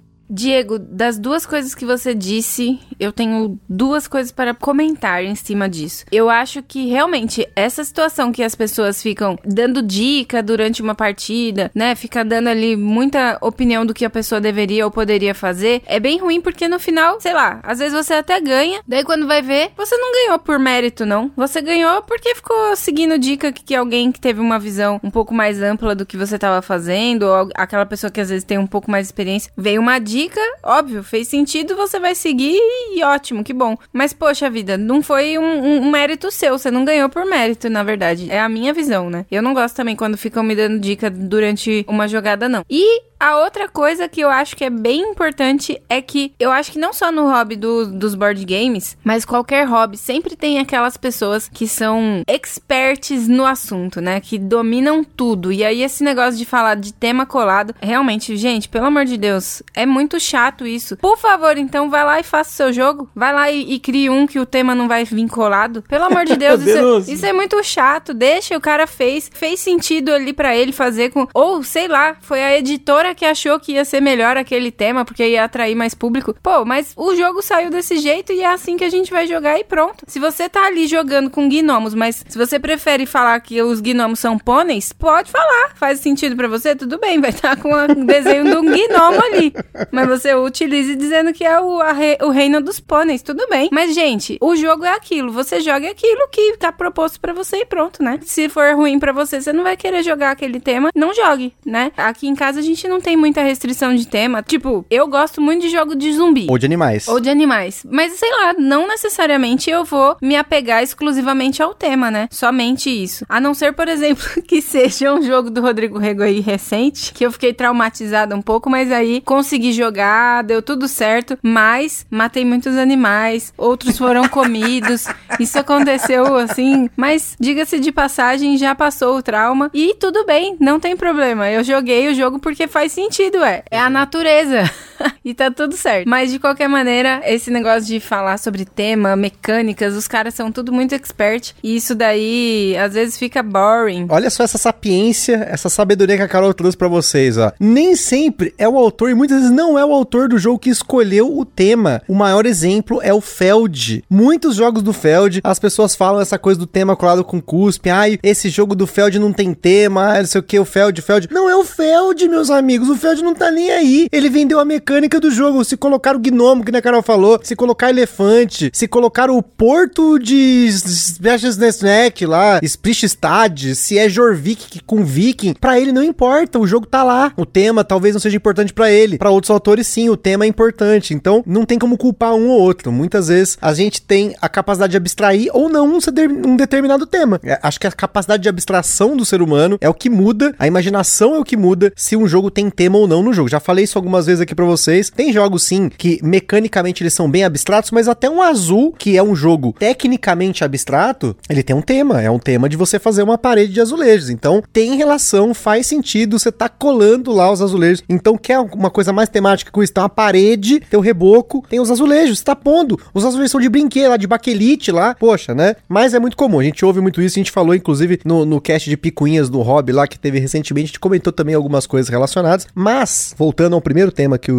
Diego, das duas coisas que você disse, eu tenho duas coisas para comentar em cima disso. Eu acho que realmente essa situação que as pessoas ficam dando dica durante uma partida, né, fica dando ali muita opinião do que a pessoa deveria ou poderia fazer, é bem ruim porque no final, sei lá, às vezes você até ganha, daí quando vai ver, você não ganhou por mérito, não. Você ganhou porque ficou seguindo dica que, que alguém que teve uma visão um pouco mais ampla do que você estava fazendo, ou aquela pessoa que às vezes tem um pouco mais de experiência, veio uma dica dica, óbvio, fez sentido, você vai seguir e ótimo, que bom. Mas, poxa vida, não foi um, um, um mérito seu, você não ganhou por mérito, na verdade. É a minha visão, né? Eu não gosto também quando ficam me dando dica durante uma jogada, não. E a outra coisa que eu acho que é bem importante é que eu acho que não só no hobby do, dos board games, mas qualquer hobby, sempre tem aquelas pessoas que são experts no assunto, né? Que dominam tudo. E aí esse negócio de falar de tema colado, realmente, gente, pelo amor de Deus, é muito chato isso. Por favor, então, vai lá e faça o seu jogo. Vai lá e, e crie um que o tema não vai vir colado. Pelo amor de Deus, isso, é, isso é muito chato. Deixa, o cara fez. Fez sentido ali pra ele fazer com... Ou, sei lá, foi a editora que achou que ia ser melhor aquele tema, porque ia atrair mais público. Pô, mas o jogo saiu desse jeito e é assim que a gente vai jogar e pronto. Se você tá ali jogando com gnomos, mas se você prefere falar que os gnomos são pôneis, pode falar. Faz sentido pra você? Tudo bem, vai estar tá com o desenho de um gnomo ali. Mas você utilize dizendo que é o, re, o reino dos pôneis, tudo bem. Mas, gente, o jogo é aquilo. Você joga aquilo que tá proposto pra você e pronto, né? Se for ruim pra você, você não vai querer jogar aquele tema, não jogue, né? Aqui em casa a gente não tem muita restrição de tema. Tipo, eu gosto muito de jogo de zumbi. Ou de animais. Ou de animais. Mas, sei lá, não necessariamente eu vou me apegar exclusivamente ao tema, né? Somente isso. A não ser, por exemplo, que seja um jogo do Rodrigo Rego aí recente, que eu fiquei traumatizada um pouco, mas aí consegui jogar, deu tudo certo, mas matei muitos animais, outros foram comidos. Isso aconteceu assim, mas diga-se de passagem, já passou o trauma e tudo bem, não tem problema. Eu joguei o jogo porque faz sentido, é. É a natureza. E tá tudo certo. Mas, de qualquer maneira, esse negócio de falar sobre tema, mecânicas, os caras são tudo muito expert. E isso daí, às vezes, fica boring. Olha só essa sapiência, essa sabedoria que a Carol trouxe pra vocês, ó. Nem sempre é o autor, e muitas vezes não é o autor do jogo que escolheu o tema. O maior exemplo é o Feld. Muitos jogos do Feld, as pessoas falam essa coisa do tema colado com cuspe. Ai, esse jogo do Feld não tem tema, não sei o que, o Feld, o Feld. Não é o Feld, meus amigos. O Feld não tá nem aí. Ele vendeu a mecânica do jogo. Se colocar o gnomo, que a Carol falou, se colocar elefante, se colocar o porto de Splashnesneck lá, Sprichstad, se é Jorvik com Viking, pra ele não importa, o jogo tá lá. O tema talvez não seja importante pra ele. Pra outros autores, sim, o tema é importante. Então, não tem como culpar um ou outro. Muitas vezes, a gente tem a capacidade de abstrair ou não um, um determinado tema. Acho que a capacidade de abstração do ser humano é o que muda, a imaginação é o que muda se um jogo tem tema ou não no jogo. Já falei isso algumas vezes aqui pra vocês. Tem jogos, sim, que mecanicamente eles são bem abstratos, mas até um Azul, que é um jogo tecnicamente abstrato, ele tem um tema. É um tema de você fazer uma parede de azulejos. Então, tem relação, faz sentido, você tá colando lá os azulejos. Então, quer uma coisa mais temática com isso? Tem uma parede, tem o reboco, tem os azulejos, você tá pondo. Os azulejos são de brinquedo, lá, de baquelite lá. Poxa, né? Mas é muito comum. A gente ouve muito isso, a gente falou, inclusive, no, no cast de picuinhas do hobby lá, que teve recentemente, a gente comentou também algumas coisas relacionadas. Mas, voltando ao primeiro tema que o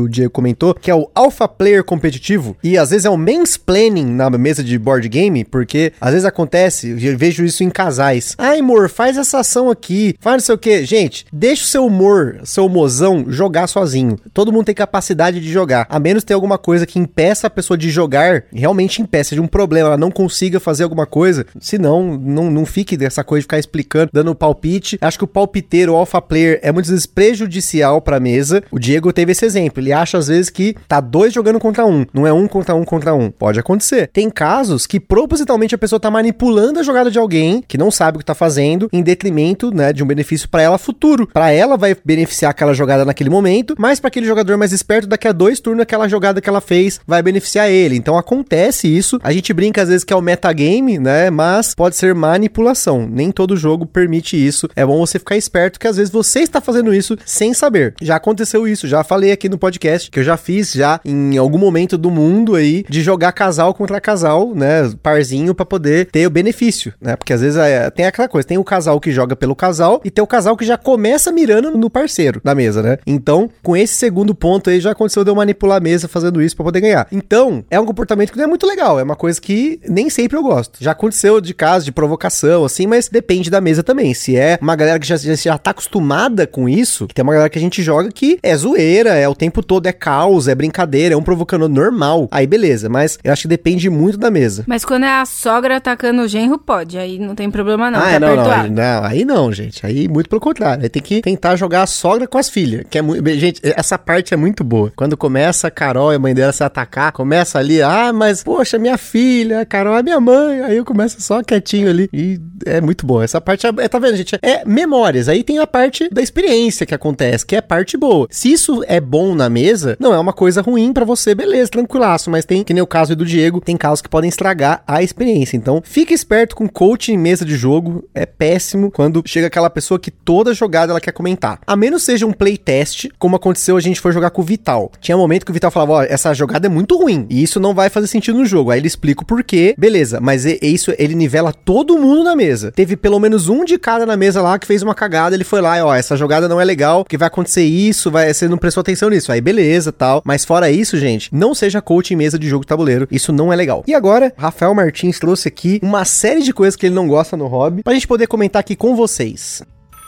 o Diego comentou, que é o Alpha Player competitivo, e às vezes é o mansplaining na mesa de board game, porque às vezes acontece, eu vejo isso em casais. Ai, amor, faz essa ação aqui, faz não sei o que. Gente, deixa o seu humor, seu mozão, jogar sozinho. Todo mundo tem capacidade de jogar, a menos ter alguma coisa que impeça a pessoa de jogar, realmente impeça de um problema, ela não consiga fazer alguma coisa, senão não, não fique dessa coisa de ficar explicando, dando palpite. Acho que o palpiteiro, o alpha player, é muitas vezes prejudicial pra mesa. O Diego teve esse exemplo, ele acha às vezes que tá dois jogando contra um, não é um contra um contra um. Pode acontecer. Tem casos que propositalmente a pessoa tá manipulando a jogada de alguém que não sabe o que tá fazendo, em detrimento, né, de um benefício pra ela futuro. Pra ela vai beneficiar aquela jogada naquele momento, mas pra aquele jogador mais esperto, daqui a dois turnos aquela jogada que ela fez vai beneficiar ele. Então acontece isso. A gente brinca às vezes que é o metagame, né, mas pode ser manipulação. Nem todo jogo permite isso. É bom você ficar esperto que às vezes você está fazendo isso sem saber. Já aconteceu isso, já falei aqui no podcast que eu já fiz já em algum momento do mundo aí de jogar casal contra casal, né, parzinho, pra poder ter o benefício, né, porque às vezes é, tem aquela coisa, tem o casal que joga pelo casal e tem o casal que já começa mirando no parceiro da mesa, né. Então, com esse segundo ponto aí já aconteceu de eu manipular a mesa fazendo isso pra poder ganhar. Então, é um comportamento que não é muito legal, é uma coisa que nem sempre eu gosto. Já aconteceu de caso de provocação, assim, mas depende da mesa também. Se é uma galera que já, já, já tá acostumada com isso, que tem uma galera que a gente joga que é zoeira, é o tempo todo, é caos, é brincadeira, é um provocando normal, aí beleza, mas eu acho que depende muito da mesa. Mas quando é a sogra atacando o genro, pode, aí não tem problema não, ah, tá não, perdoado. Não, não, aí não, gente, aí muito pelo contrário, aí tem que tentar jogar a sogra com as filhas, que é muito, gente, essa parte é muito boa. Quando começa a Carol e a mãe dela se atacar, começa ali, ah, mas poxa, minha filha, a Carol é minha mãe, aí eu começo só quietinho ali, e é muito boa. Essa parte, é, tá vendo, gente, é memórias, aí tem a parte da experiência que acontece, que é a parte boa. Se isso é bom na mesa, não é uma coisa ruim pra você, beleza, tranquilaço, mas tem, que nem o caso do Diego, tem casos que podem estragar a experiência. Então, fique esperto com coaching em mesa de jogo, é péssimo quando chega aquela pessoa que toda jogada ela quer comentar. A menos seja um playtest, como aconteceu, a gente foi jogar com o Vital. Tinha um momento que o Vital falava, ó, essa jogada é muito ruim, e isso não vai fazer sentido no jogo. Aí ele explica o porquê, beleza, mas é isso, ele nivela todo mundo na mesa. Teve pelo menos um de cada na mesa lá que fez uma cagada, ele foi lá e ó, essa jogada não é legal, porque vai acontecer isso, vai, você não prestou atenção nisso. Aí beleza, tal. Mas fora isso, gente, não seja coach em mesa de jogo de tabuleiro, isso não é legal. E agora, Rafael Martins trouxe aqui uma série de coisas que ele não gosta no hobby, pra gente poder comentar aqui com vocês.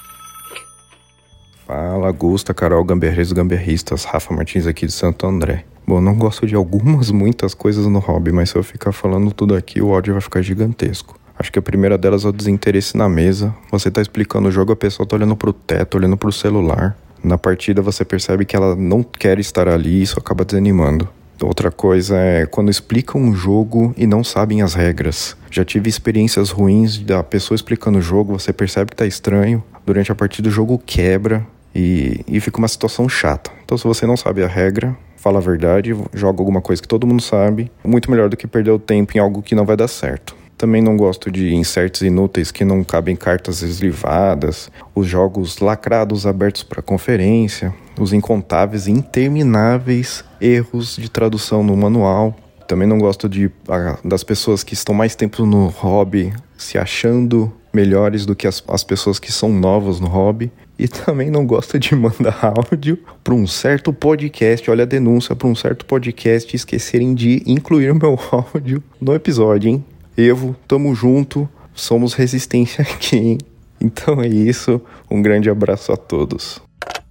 Fala, Augusta, Carol, gamberreiros, gamberristas, Rafa Martins aqui de Santo André. Bom, não gosto de algumas, muitas coisas no hobby, mas se eu ficar falando tudo aqui, o áudio vai ficar gigantesco. Acho que a primeira delas é o desinteresse na mesa. Você tá explicando o jogo, a pessoa tá olhando pro teto, olhando pro celular. Na partida você percebe que ela não quer estar ali e isso acaba desanimando. Outra coisa é quando explicam um jogo e não sabem as regras. Já tive experiências ruins da pessoa explicando o jogo, você percebe que tá estranho. Durante a partida o jogo quebra e, e fica uma situação chata. Então se você não sabe a regra, fala a verdade, joga alguma coisa que todo mundo sabe. Muito melhor do que perder o tempo em algo que não vai dar certo. Também não gosto de inserts inúteis que não cabem cartas eslivadas, os jogos lacrados abertos para conferência, os incontáveis e intermináveis erros de tradução no manual. Também não gosto de, a, das pessoas que estão mais tempo no hobby se achando melhores do que as, as pessoas que são novas no hobby. E também não gosto de mandar áudio para um certo podcast, olha a denúncia, para um certo podcast esquecerem de incluir o meu áudio no episódio, hein? Evo, tamo junto, somos resistência aqui, hein? Então é isso, um grande abraço a todos.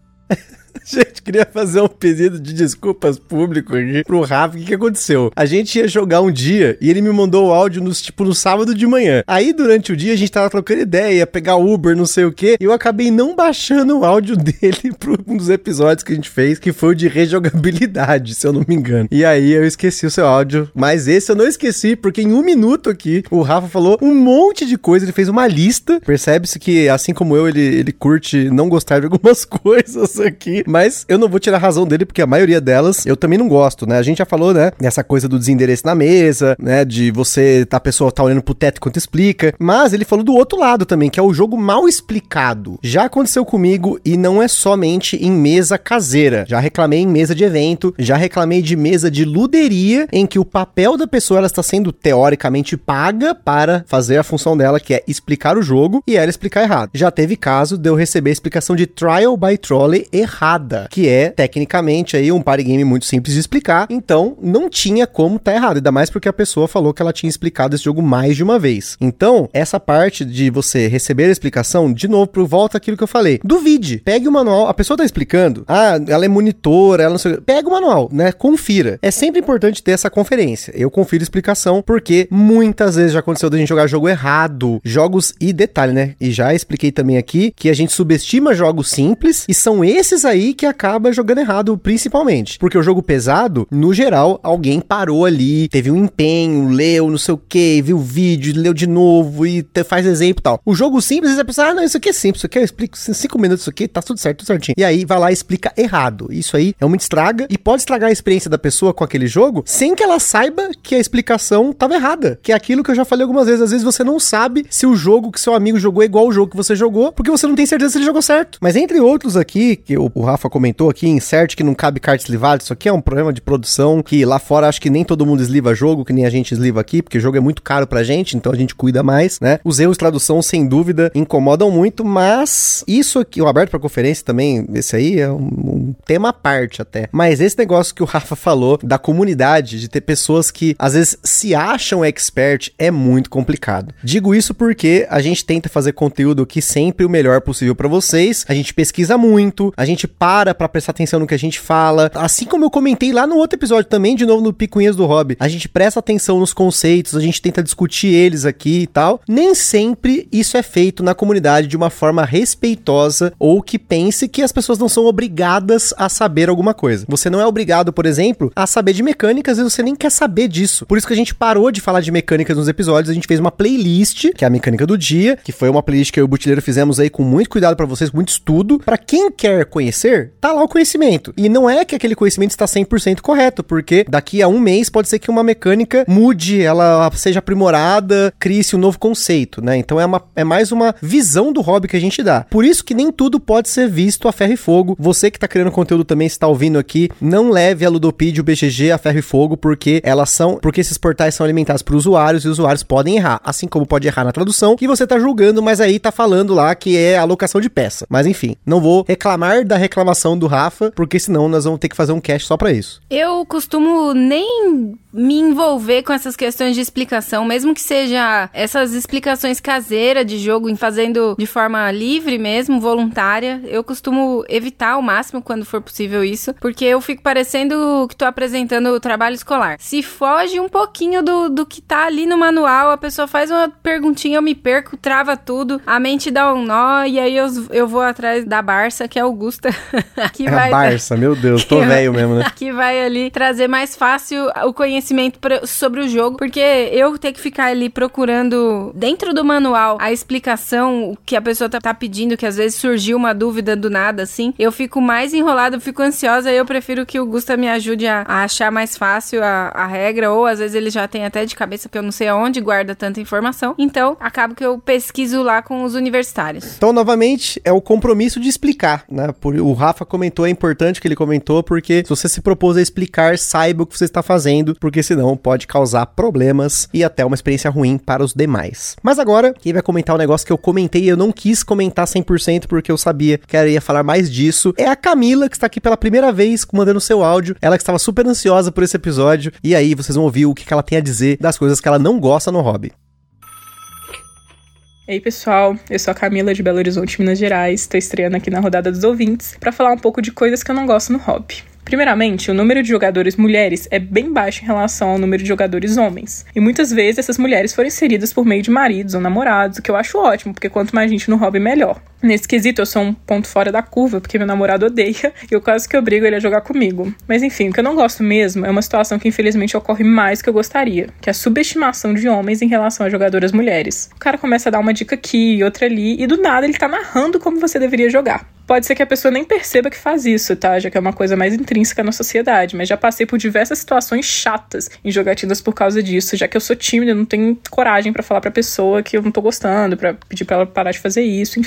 Gente, queria fazer um pedido de desculpas público aqui pro Rafa. O que que aconteceu? A gente ia jogar um dia e ele me mandou o áudio no, tipo, no sábado de manhã. Aí, durante o dia, a gente tava trocando ideia, ia pegar Uber, não sei o quê. E eu acabei não baixando o áudio dele pro um dos episódios que a gente fez, que foi o de rejogabilidade, se eu não me engano. E aí, eu esqueci o seu áudio. Mas esse eu não esqueci, porque em um minuto aqui, o Rafa falou um monte de coisa. Ele fez uma lista. Percebe-se que, assim como eu, ele, ele curte não gostar de algumas coisas aqui. Mas eu não vou tirar a razão dele, porque a maioria delas eu também não gosto, né? A gente já falou, né? Dessa coisa do desendereço na mesa, né? De você, a pessoa tá olhando pro teto enquanto explica. Mas ele falou do outro lado também, que é o jogo mal explicado. Já aconteceu comigo e não é somente em mesa caseira. Já reclamei em mesa de evento, já reclamei de mesa de luderia, em que o papel da pessoa ela está sendo teoricamente paga para fazer a função dela, que é explicar o jogo, e ela explicar errado. Já teve caso de eu receber a explicação de Trial by Trolley errada. errada, que é, tecnicamente, aí um party game muito simples de explicar, então não tinha como tá errado, ainda mais porque a pessoa falou que ela tinha explicado esse jogo mais de uma vez. Então, essa parte de você receber a explicação, de novo, por volta àquilo que eu falei. Duvide, pegue o manual, a pessoa tá explicando, ah, ela é monitora, ela não sei, pega o manual, né, confira. É sempre importante ter essa conferência. Eu confiro a explicação, porque muitas vezes já aconteceu da gente jogar jogo errado, jogos, e detalhe, né, e já expliquei também aqui, que a gente subestima jogos simples, e são esses aí que acaba jogando errado, principalmente. Porque o jogo pesado, no geral, alguém parou ali, teve um empenho, leu, não sei o que, viu o vídeo, leu de novo, e te faz exemplo e tal. O jogo simples, você pensa, ah, não, isso aqui é simples, isso aqui eu explico em cinco minutos, isso aqui tá tudo certo, tudo certinho. E aí, vai lá e explica errado. Isso aí é uma estraga, e pode estragar a experiência da pessoa com aquele jogo, sem que ela saiba que a explicação tava errada. Que é aquilo que eu já falei algumas vezes, às vezes você não sabe se o jogo que seu amigo jogou é igual ao jogo que você jogou, porque você não tem certeza se ele jogou certo. Mas entre outros aqui, que o, o Rafa comentou aqui, insert que não cabe carta eslivada, isso aqui é um problema de produção, que lá fora acho que nem todo mundo esliva jogo, que nem a gente esliva aqui, porque o jogo é muito caro pra gente, então a gente cuida mais, né? Os erros de tradução, sem dúvida, incomodam muito, mas isso aqui, o aberto pra conferência também, esse aí é um, um tema à parte até. Mas esse negócio que o Rafa falou, da comunidade, de ter pessoas que às vezes se acham expert, é muito complicado. Digo isso porque a gente tenta fazer conteúdo aqui sempre o melhor possível pra vocês, a gente pesquisa muito, a gente para pra prestar atenção no que a gente fala, assim como eu comentei lá no outro episódio também, de novo no Picuinhas do Hobby, a gente presta atenção nos conceitos, a gente tenta discutir eles aqui e tal. Nem sempre isso é feito na comunidade de uma forma respeitosa ou que pense que as pessoas não são obrigadas a saber alguma coisa. Você não é obrigado, por exemplo, a saber de mecânicas e você nem quer saber disso. Por isso que a gente parou de falar de mecânicas nos episódios, a gente fez uma playlist, que é a mecânica do dia, que foi uma playlist que eu e o Butileiro fizemos aí com muito cuidado pra vocês, com muito estudo. Pra quem quer conhecer, tá lá o conhecimento. E não é que aquele conhecimento está cem por cento correto, porque daqui a um mês pode ser que uma mecânica mude, ela seja aprimorada, crie-se um novo conceito, né? Então é, uma, é mais uma visão do hobby que a gente dá. Por isso que nem tudo pode ser visto a ferro e fogo. Você que tá criando conteúdo também, está ouvindo aqui, não leve a Ludopedia e o B G G a ferro e fogo, porque elas são, porque esses portais são alimentados por usuários e os usuários podem errar, assim como pode errar na tradução, que você tá julgando, mas aí tá falando lá que é alocação de peça. Mas enfim, não vou reclamar da reclamação do Rafa, porque senão nós vamos ter que fazer um cast só pra isso. Eu costumo nem me envolver com essas questões de explicação, mesmo que seja essas explicações caseiras de jogo, em fazendo de forma livre mesmo, voluntária. Eu costumo evitar ao máximo quando for possível isso, porque eu fico parecendo que tô apresentando o trabalho escolar. Se foge um pouquinho do, do que tá ali no manual, a pessoa faz uma perguntinha, eu me perco, trava tudo, a mente dá um nó, e aí eu, eu vou atrás da Barça, que é a Augusta. que é vai, a Barça, meu Deus, tô velho mesmo, né? Que vai ali trazer mais fácil o conhecimento pra, sobre o jogo, porque eu ter que ficar ali procurando dentro do manual a explicação, o que a pessoa tá, tá pedindo, que às vezes surgiu uma dúvida do nada, assim, eu fico mais enrolada, eu fico ansiosa, e eu prefiro que o Gusta me ajude a, a achar mais fácil a, a regra, ou às vezes ele já tem até de cabeça, porque eu não sei aonde guarda tanta informação, então acabo que eu pesquiso lá com os universitários. Então, novamente, é o compromisso de explicar, né? Por, o Rafa comentou, é importante que ele comentou, porque se você se propôs a explicar, saiba o que você está fazendo, porque senão pode causar problemas e até uma experiência ruim para os demais. Mas agora, quem vai comentar um negócio que eu comentei e eu não quis comentar cem por cento porque eu sabia que ela ia falar mais disso, é a Camila, que está aqui pela primeira vez mandando seu áudio. Ela que estava super ansiosa por esse episódio, e aí vocês vão ouvir o que ela tem a dizer das coisas que ela não gosta no hobby. Ei pessoal, eu sou a Camila de Belo Horizonte, Minas Gerais, estou estreando aqui na Rodada dos Ouvintes para falar um pouco de coisas que eu não gosto no hobby. Primeiramente, o número de jogadores mulheres é bem baixo em relação ao número de jogadores homens. E muitas vezes essas mulheres foram inseridas por meio de maridos ou namorados, o que eu acho ótimo, porque quanto mais gente no hobby, melhor. Nesse quesito, eu sou um ponto fora da curva, porque meu namorado odeia e eu quase que obrigo ele a jogar comigo. Mas enfim, o que eu não gosto mesmo é uma situação que infelizmente ocorre mais do que eu gostaria, que é a subestimação de homens em relação a jogadoras mulheres. O cara começa a dar uma dica aqui e outra ali, e do nada ele tá narrando como você deveria jogar. Pode ser que a pessoa nem perceba que faz isso, tá? Já que é uma coisa mais intrínseca na sociedade, mas já passei por diversas situações chatas em jogatinas por causa disso, já que eu sou tímida, eu não tenho coragem pra falar pra pessoa que eu não tô gostando, pra pedir pra ela parar de fazer isso, enfim.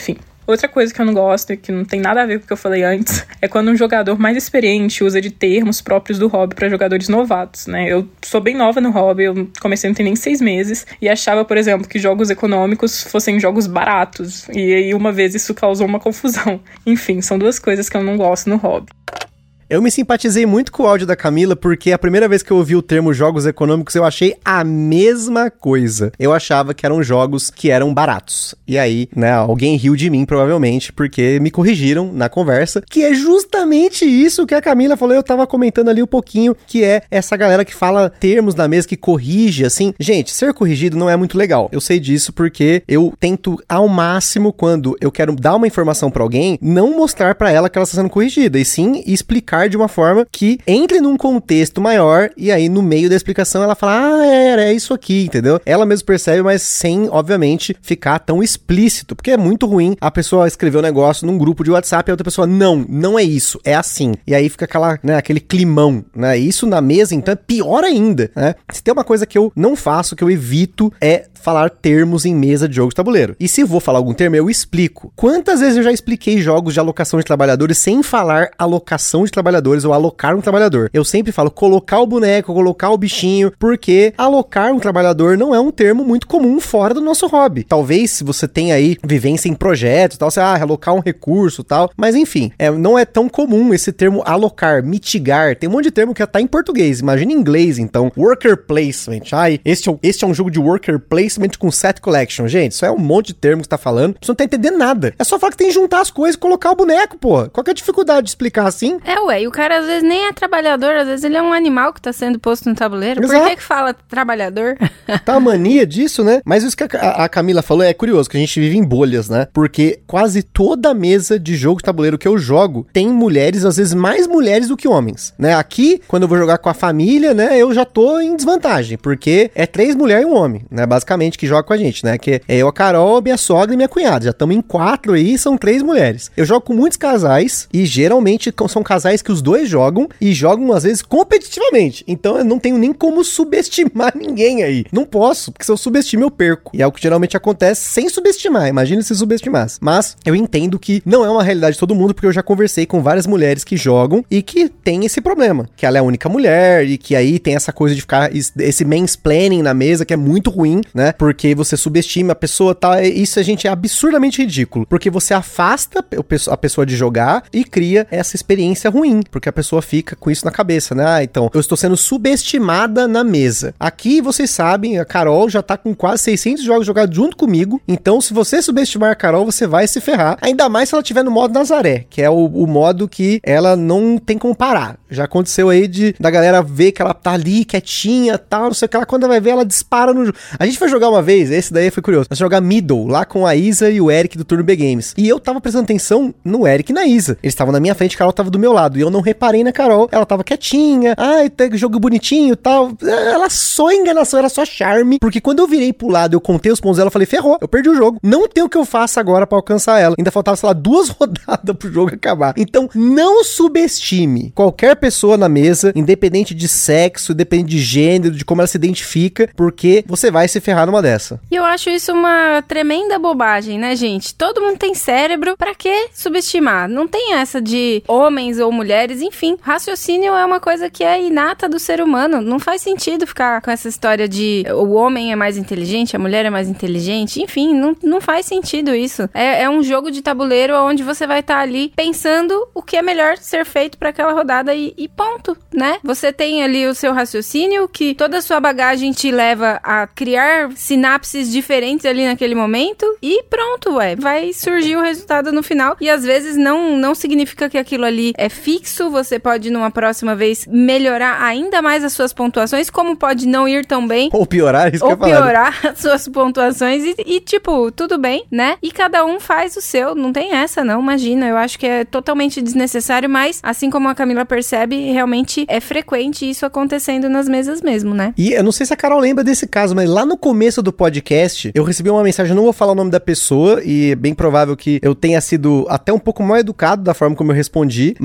Outra coisa que eu não gosto e que não tem nada a ver com o que eu falei antes é quando um jogador mais experiente usa de termos próprios do hobby para jogadores novatos, né? Eu sou bem nova no hobby, eu comecei não tem nem seis meses e achava, por exemplo, que jogos econômicos fossem jogos baratos e aí uma vez isso causou uma confusão. Enfim, são duas coisas que eu não gosto no hobby. Eu me simpatizei muito com o áudio da Camila, porque a primeira vez que eu ouvi o termo jogos econômicos, eu achei a mesma coisa. Eu achava que eram jogos que eram baratos. E aí, né, alguém riu de mim, provavelmente, porque me corrigiram na conversa, que é justamente isso que a Camila falou. Eu tava comentando ali um pouquinho, que é essa galera que fala termos na mesa, que corrige, assim. Gente, ser corrigido não é muito legal. Eu sei disso porque eu tento, ao máximo, quando eu quero dar uma informação pra alguém, não mostrar pra ela que ela está sendo corrigida, e sim explicar de uma forma que entre num contexto maior e aí no meio da explicação ela fala, ah, era é isso aqui, entendeu? Ela mesmo percebe, mas sem, obviamente, ficar tão explícito, porque é muito ruim a pessoa escrever um negócio num grupo de WhatsApp e a outra pessoa, não, não é isso, é assim. E aí fica aquela, né, aquele climão, né? Isso na mesa, então, é pior ainda, né? Se tem uma coisa que eu não faço, que eu evito, é falar termos em mesa de jogo de tabuleiro. E se vou falar algum termo, eu explico. Quantas vezes eu já expliquei jogos de alocação de trabalhadores sem falar alocação de trabalhadores ou alocar um trabalhador? Eu sempre falo colocar o boneco, colocar o bichinho, porque alocar um trabalhador não é um termo muito comum fora do nosso hobby. Talvez se você tem aí vivência em projetos, tal, você, ah, alocar um recurso, tal, mas enfim, é, não é tão comum esse termo alocar, mitigar, tem um monte de termo que tá em português, imagina em inglês, então, worker placement, ai, este é, este é um jogo de worker placement com set collection, gente, isso é um monte de termo que você tá falando, você não tá entendendo nada, é só falar que tem que juntar as coisas e colocar o boneco, pô, qual que é a dificuldade de explicar assim? É, ué, e o cara às vezes nem é trabalhador, às vezes ele é um animal que tá sendo posto no tabuleiro, Exato. Por que que fala trabalhador? Tá a mania disso, né? Mas isso que a, a Camila falou é curioso, que a gente vive em bolhas, né? Porque quase toda mesa de jogo de tabuleiro que eu jogo tem mulheres, às vezes mais mulheres do que homens, né? Aqui, quando eu vou jogar com a família, né, eu já tô em desvantagem, porque é três mulheres e um homem, né, basicamente, que joga com a gente, né? Que é eu, a Carol, minha sogra e minha cunhada. Já estamos em quatro aí, são três mulheres. Eu jogo com muitos casais e geralmente são casais que os dois jogam e jogam, às vezes, competitivamente. Então eu não tenho nem como subestimar ninguém aí. Não posso, porque se eu subestimo, eu perco. E é o que geralmente acontece sem subestimar. Imagina se subestimasse. Mas eu entendo que não é uma realidade de todo mundo, porque eu já conversei com várias mulheres que jogam e que tem esse problema. Que ela é a única mulher e que aí tem essa coisa de ficar esse mansplaining na mesa, que é muito ruim, né? Porque você subestima a pessoa, tá? Isso a gente é absurdamente ridículo. Porque você afasta a pessoa de jogar e cria essa experiência ruim. Porque a pessoa fica com isso na cabeça, né? Ah, então, eu estou sendo subestimada na mesa. Aqui, vocês sabem, a Carol já tá com quase seiscentos jogos jogados junto comigo. Então, se você subestimar a Carol, você vai se ferrar. Ainda mais se ela estiver no modo Nazaré, que é o, o modo que ela não tem como parar. Já aconteceu aí de da galera ver que ela tá ali, quietinha, tal, não sei o que lá. Quando ela vai ver, ela dispara no jogo. A gente foi jogar uma vez, esse daí foi curioso. Nós jogar Middle, lá com a Isa e o Eric do Turno B Games. E eu tava prestando atenção no Eric e na Isa. Eles estavam na minha frente, a Carol tava do meu lado. E eu não reparei na Carol. Ela tava quietinha. Ai, tem jogo bonitinho e tal. Ela só enganação, era só charme. Porque quando eu virei pro lado, eu contei os pontos dela, eu falei, ferrou, eu perdi o jogo. Não tem o que eu faça agora pra alcançar ela. Ainda faltava, sei lá, duas rodadas pro jogo acabar. Então, não subestime qualquer pessoa na mesa, independente de sexo, independente de gênero, de como ela se identifica, porque você vai se ferrar numa dessa. E eu acho isso uma tremenda bobagem, né, gente? Todo mundo tem cérebro, pra que subestimar? Não tem essa de homens ou mulheres, enfim. Raciocínio é uma coisa que é inata do ser humano. Não faz sentido ficar com essa história de o homem é mais inteligente, a mulher é mais inteligente. Enfim, não, não faz sentido isso. É, é um jogo de tabuleiro onde você vai estar tá ali pensando o que é melhor ser feito pra aquela rodada e, e ponto, né? Você tem ali o seu raciocínio, que toda a sua bagagem te leva a criar sinapses diferentes ali naquele momento e pronto, ué. Vai surgir o resultado no final e às vezes não, não significa que aquilo ali é fixo. Você pode, numa próxima vez, melhorar ainda mais as suas pontuações, como pode não ir tão bem. Ou piorar, isso ou que eu falar. piorar as suas pontuações e, e, tipo, tudo bem, né? E cada um faz o seu. Não tem essa, não, imagina. Eu acho que é totalmente desnecessário, mas, assim como a Camila percebe, realmente é frequente isso acontecendo nas mesas mesmo, né? E eu não sei se a Carol lembra desse caso, mas lá no começo do podcast, eu recebi uma mensagem, eu não vou falar o nome da pessoa, e é bem provável que eu tenha sido até um pouco mal educado da forma como eu respondi, mas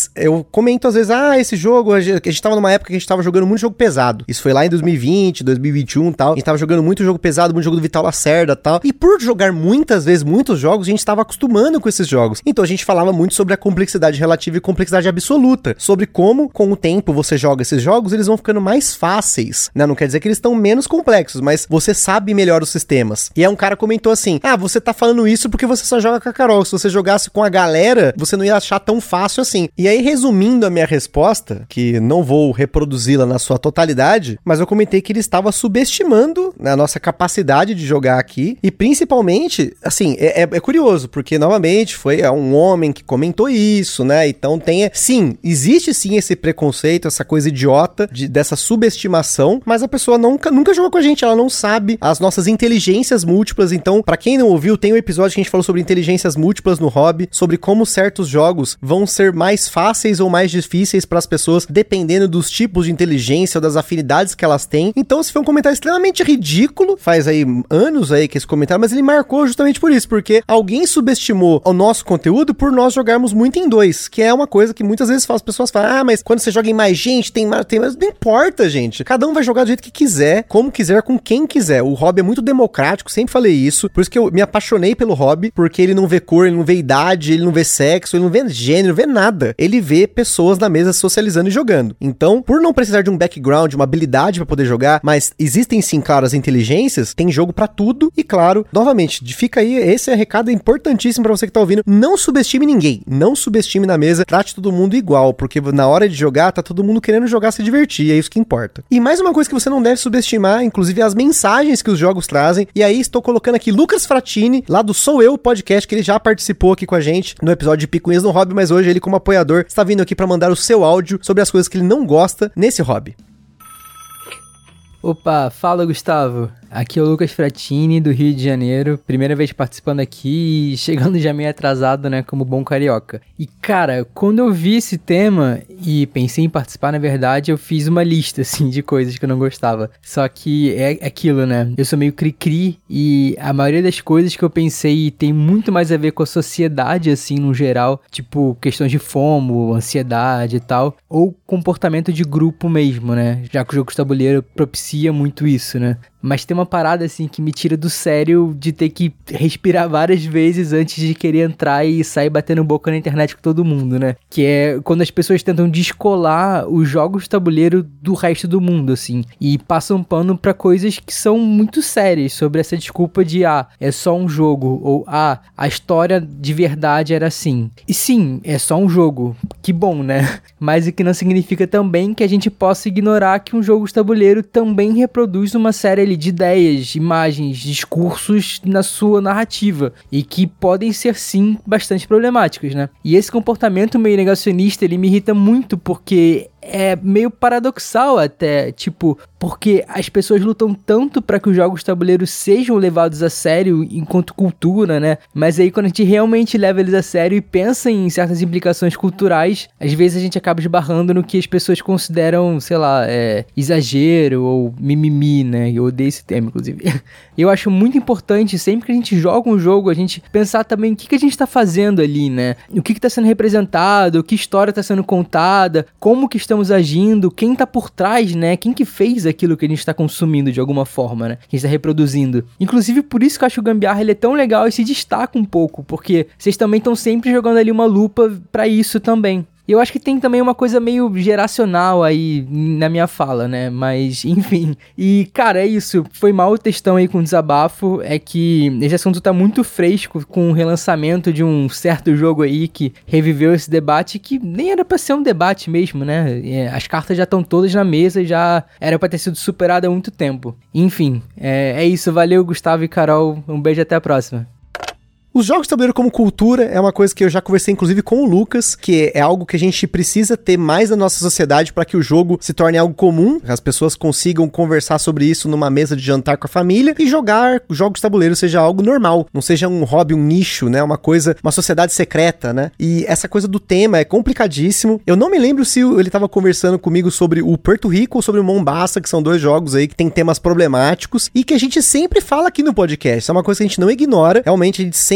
mas eu comento às vezes, ah, esse jogo, a gente, a gente tava numa época que a gente tava jogando muito jogo pesado. Isso foi lá em dois mil e vinte, dois mil e vinte e um e tal. A gente tava jogando muito jogo pesado, muito jogo do Vital Lacerda e tal. E por jogar muitas vezes muitos jogos, a gente tava acostumando com esses jogos. Então a gente falava muito sobre a complexidade relativa e complexidade absoluta. Sobre como, com o tempo, você joga esses jogos, eles vão ficando mais fáceis, né? Não quer dizer que eles estão menos complexos, mas você sabe melhor os sistemas. E aí um cara comentou assim, ah, você tá falando isso porque você só joga com a Carol. Se você jogasse com a galera, você não ia achar tão fácil assim. E aí, resumindo a minha resposta, que não vou reproduzi-la na sua totalidade, mas eu comentei que ele estava subestimando a nossa capacidade de jogar aqui, e principalmente, assim, é, é, é curioso, porque novamente foi um homem que comentou isso, né? Então tem, sim, existe sim esse preconceito, essa coisa idiota de, dessa subestimação, mas a pessoa nunca, nunca jogou com a gente, ela não sabe as nossas inteligências múltiplas. Então, pra quem não ouviu, tem um episódio que a gente falou sobre inteligências múltiplas no hobby, sobre como certos jogos vão ser mais fáceis ou mais difíceis para as pessoas, dependendo dos tipos de inteligência ou das afinidades que elas têm. Então, esse foi um comentário extremamente ridículo, faz aí anos aí que esse comentário, mas ele marcou justamente por isso, porque alguém subestimou o nosso conteúdo por nós jogarmos muito em dois, que é uma coisa que muitas vezes as pessoas falam, ah, mas quando você joga em mais gente, tem mais, tem mais, não importa, gente. Cada um vai jogar do jeito que quiser, como quiser, com quem quiser. O hobby é muito democrático, sempre falei isso, por isso que eu me apaixonei pelo hobby, porque ele não vê cor, ele não vê idade, ele não vê sexo, ele não vê gênero, não vê nada. Ele vê pessoas na mesa socializando e jogando. Então, por não precisar de um background, uma habilidade pra poder jogar, mas existem sim, claro, as inteligências, tem jogo pra tudo, e claro, novamente, fica aí, esse é um recado importantíssimo pra você que tá ouvindo, não subestime ninguém, não subestime na mesa, trate todo mundo igual, porque na hora de jogar, tá todo mundo querendo jogar, se divertir, é isso que importa. E mais uma coisa que você não deve subestimar, inclusive as mensagens que os jogos trazem, e aí estou colocando aqui Lucas Fratini, lá do Sou Eu Podcast, que ele já participou aqui com a gente no episódio de Picuinhas no Hobby, mas hoje ele como apoiador está vindo aqui para mandar o seu áudio sobre as coisas que ele não gosta nesse hobby. Opa, fala Gustavo, aqui é o Lucas Fratini do Rio de Janeiro, primeira vez participando aqui e chegando já meio atrasado, né, como bom carioca. E cara, quando eu vi esse tema e pensei em participar, na verdade, eu fiz uma lista, assim, de coisas que eu não gostava. Só que é aquilo, né, eu sou meio cri-cri e a maioria das coisas que eu pensei tem muito mais a ver com a sociedade, assim, no geral, tipo, questões de fomo, ansiedade e tal, ou comportamento de grupo mesmo, né, já que o jogo de tabuleiro propicia muito isso, né? Mas tem uma parada, assim, que me tira do sério de ter que respirar várias vezes antes de querer entrar e sair batendo boca na internet com todo mundo, né? Que é quando as pessoas tentam descolar os jogos de tabuleiro do resto do mundo, assim. E passam pano pra coisas que são muito sérias, sobre essa desculpa de, ah, é só um jogo. Ou, ah, a história de verdade era assim. E sim, é só um jogo. Que bom, né? Mas o que não significa também que a gente possa ignorar que um jogo de tabuleiro também reproduz uma série de ideias, imagens, discursos na sua narrativa e que podem ser sim bastante problemáticos, né? E esse comportamento meio negacionista, ele me irrita muito porque é meio paradoxal até, tipo, porque as pessoas lutam tanto para que os jogos de tabuleiro sejam levados a sério enquanto cultura, né? Mas aí quando a gente realmente leva eles a sério e pensa em certas implicações culturais, às vezes a gente acaba esbarrando no que as pessoas consideram, sei lá, é, exagero ou mimimi, né? Eu odeio esse termo, inclusive. Eu acho muito importante, sempre que a gente joga um jogo, a gente pensar também o que, que a gente tá fazendo ali, né? O que que tá sendo representado, que história tá sendo contada, como que estamos agindo, quem tá por trás, né? Quem que fez aquilo que a gente tá consumindo de alguma forma, né? Que a gente tá reproduzindo. Inclusive, por isso que eu acho que o Gambiarra, ele é tão legal e se destaca um pouco, porque vocês também estão sempre jogando ali uma lupa pra isso também. E eu acho que tem também uma coisa meio geracional aí na minha fala, né? Mas, enfim. E, cara, é isso. Foi mal o textão aí com o desabafo. É que esse assunto tá muito fresco com o relançamento de um certo jogo aí que reviveu esse debate que nem era pra ser um debate mesmo, né? As cartas já estão todas na mesa e já era pra ter sido superado há muito tempo. Enfim, é, é isso. Valeu, Gustavo e Carol. Um beijo, até a próxima. Os jogos de tabuleiro como cultura é uma coisa que eu já conversei inclusive com o Lucas, que é algo que a gente precisa ter mais na nossa sociedade para que o jogo se torne algo comum, as pessoas consigam conversar sobre isso numa mesa de jantar com a família e jogar jogos de tabuleiro seja algo normal, não seja um hobby, um nicho, né, uma coisa, uma sociedade secreta, né, e essa coisa do tema é complicadíssimo. Eu não me lembro se ele tava conversando comigo sobre o Porto Rico ou sobre o Mombasa, que são dois jogos aí que tem temas problemáticos e que a gente sempre fala aqui no podcast, é uma coisa que a gente não ignora, realmente a gente sempre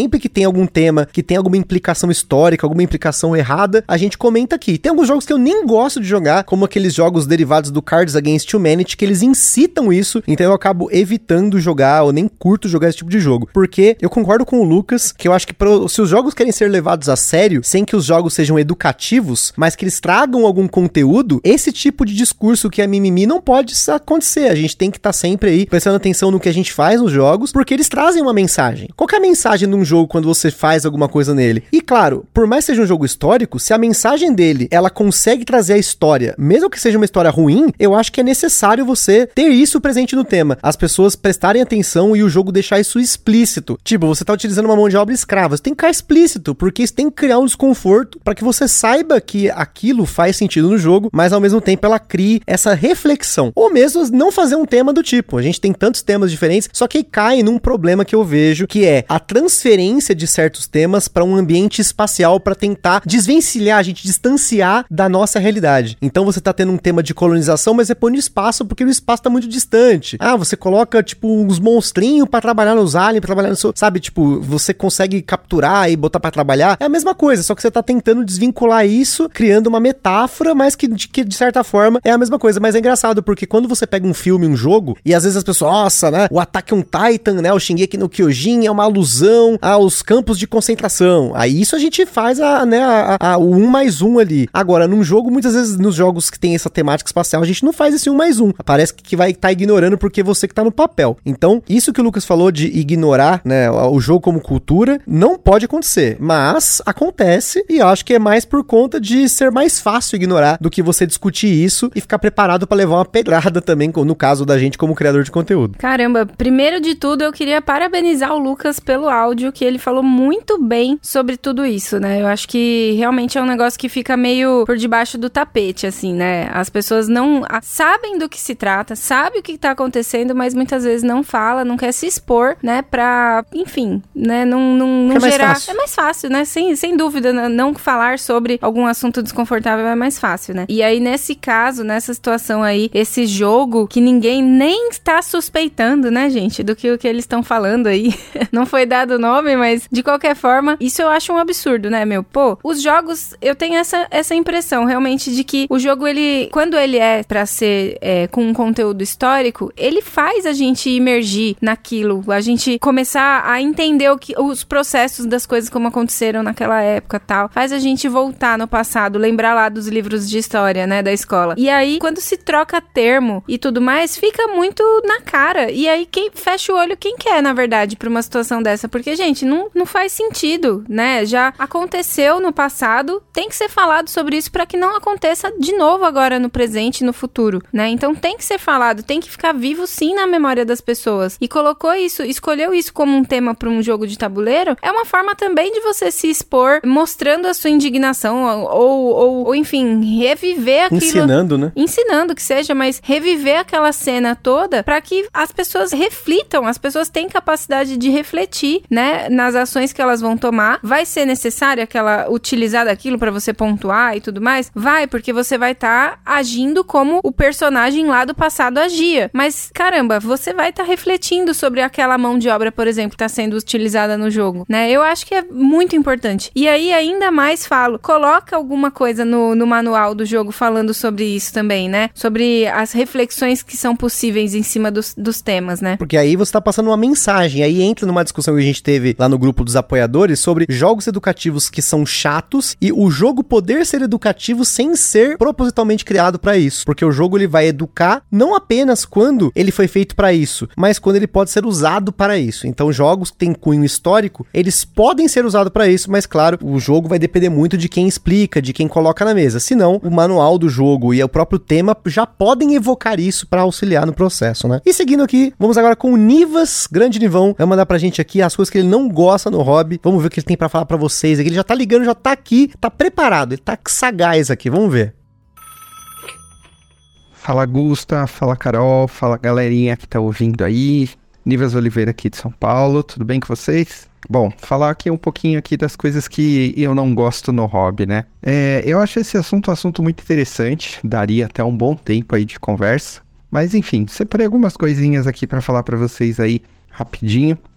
sempre que tem algum tema, que tem alguma implicação histórica, alguma implicação errada, a gente comenta aqui. Tem alguns jogos que eu nem gosto de jogar, como aqueles jogos derivados do Cards Against Humanity, que eles incitam isso, então eu acabo evitando jogar, ou nem curto jogar esse tipo de jogo. Porque eu concordo com o Lucas, que eu acho que pro, se os jogos querem ser levados a sério, sem que os jogos sejam educativos, mas que eles tragam algum conteúdo, esse tipo de discurso que é mimimi não pode acontecer. A gente tem que estar tá sempre aí prestando atenção no que a gente faz nos jogos, porque eles trazem uma mensagem. Qual que é a mensagem de um jogo quando você faz alguma coisa nele? E claro, por mais que seja um jogo histórico, se a mensagem dele, ela consegue trazer a história, mesmo que seja uma história ruim, eu acho que é necessário você ter isso presente no tema. As pessoas prestarem atenção e o jogo deixar isso explícito. Tipo, você tá utilizando uma mão de obra escrava, você tem que ficar explícito, porque isso tem que criar um desconforto para que você saiba que aquilo faz sentido no jogo, mas ao mesmo tempo ela crie essa reflexão. Ou mesmo não fazer um tema do tipo. A gente tem tantos temas diferentes, só que cai num problema que eu vejo, que é a transferência de certos temas para um ambiente espacial para tentar desvencilhar, a gente distanciar da nossa realidade. Então você tá tendo um tema de colonização, mas é pôr no espaço porque o espaço tá muito distante. Ah, você coloca tipo uns monstrinhos para trabalhar nos aliens, pra trabalhar no seu, sabe, tipo, você consegue capturar e botar para trabalhar. É a mesma coisa, só que você tá tentando desvincular isso, criando uma metáfora, mas que de, que de certa forma é a mesma coisa. Mas é engraçado porque quando você pega um filme, um jogo, e às vezes as pessoas, nossa, né, o Attack on Titan, né, o Shingeki no Kyojin é uma alusão aos campos de concentração. Aí isso a gente faz a, né, a, a, o um mais um ali. Agora, num jogo, muitas vezes nos jogos que tem essa temática espacial, a gente não faz esse um mais um. Parece que vai estar tá ignorando porque você que tá no papel. Então, isso que o Lucas falou de ignorar, né, o jogo como cultura, não pode acontecer. Mas acontece e eu acho que é mais por conta de ser mais fácil ignorar do que você discutir isso e ficar preparado pra levar uma pedrada também, no caso da gente como criador de conteúdo. Caramba, primeiro de tudo eu queria parabenizar o Lucas pelo áudio, que ele falou muito bem sobre tudo isso, né? Eu acho que realmente é um negócio que fica meio por debaixo do tapete, assim, né? As pessoas não a, sabem do que se trata, sabem o que tá acontecendo, mas muitas vezes não fala, não quer se expor, né? Pra, enfim, né? Não, não, não é gerar... Mais fácil. É mais fácil, né? Sem, sem dúvida, não falar sobre algum assunto desconfortável é mais fácil, né? E aí, nesse caso, nessa situação aí, esse jogo que ninguém nem está suspeitando, né, gente? Do que o que eles estão falando aí. Não foi dado o nome, mas de qualquer forma, isso eu acho um absurdo, né, meu? Pô, os jogos, eu tenho essa, essa impressão, realmente, de que o jogo, ele, quando ele é pra ser é, com um conteúdo histórico, ele faz a gente imergir naquilo, a gente começar a entender o que, os processos das coisas como aconteceram naquela época, tal. Faz a gente voltar no passado, lembrar lá dos livros de história, né, da escola. E aí, quando se troca termo e tudo mais, fica muito na cara. E aí, quem fecha o olho, quem quer, na verdade, pra uma situação dessa? Porque, gente, não, não faz sentido, né? Já aconteceu no passado, tem que ser falado sobre isso pra que não aconteça de novo agora no presente e no futuro, né? Então, tem que ser falado, tem que ficar vivo, sim, na memória das pessoas. E colocou isso, escolheu isso como um tema pra um jogo de tabuleiro, é uma forma também de você se expor, mostrando a sua indignação, ou, ou, ou enfim, reviver aquilo. Ensinando, né? Ensinando que seja, mas reviver aquela cena toda pra que as pessoas reflitam, as pessoas têm capacidade de refletir, né, nas ações que elas vão tomar. Vai ser necessário aquela, utilizar daquilo pra você pontuar e tudo mais? Vai, porque você vai estar tá agindo como o personagem lá do passado agia. Mas, caramba, você vai estar tá refletindo sobre aquela mão de obra, por exemplo, que tá sendo utilizada no jogo, né? Eu acho que é muito importante. E aí, ainda mais falo, coloca alguma coisa no, no manual do jogo falando sobre isso também, né? Sobre as reflexões que são possíveis em cima dos, dos temas, né? Porque aí você tá passando uma mensagem, aí entra numa discussão que a gente teve lá no grupo dos apoiadores sobre jogos educativos que são chatos e o jogo poder ser educativo sem ser propositalmente criado pra isso. Porque o jogo ele vai educar não apenas quando ele foi feito pra isso, mas quando ele pode ser usado para isso. Então jogos que têm cunho histórico, eles podem ser usados pra isso, mas claro, o jogo vai depender muito de quem explica, de quem coloca na mesa. Senão, o manual do jogo e o próprio tema já podem evocar isso pra auxiliar no processo, né? E seguindo aqui, vamos agora com o Nivas, grande Nivão, vai mandar pra gente aqui as coisas que ele não gosta no hobby. Vamos ver o que ele tem pra falar pra vocês aqui. Ele já tá ligando, já tá aqui, tá preparado, ele tá sagaz aqui, vamos ver. Fala Gusta, fala Carol, fala galerinha que tá ouvindo aí. Nivas Oliveira aqui de São Paulo, tudo bem com vocês? Bom, falar aqui um pouquinho aqui das coisas que eu não gosto no hobby, né? É, eu acho esse assunto um assunto muito interessante, daria até um bom tempo aí de conversa. Mas enfim, separei algumas coisinhas aqui pra falar pra vocês aí rapidinho.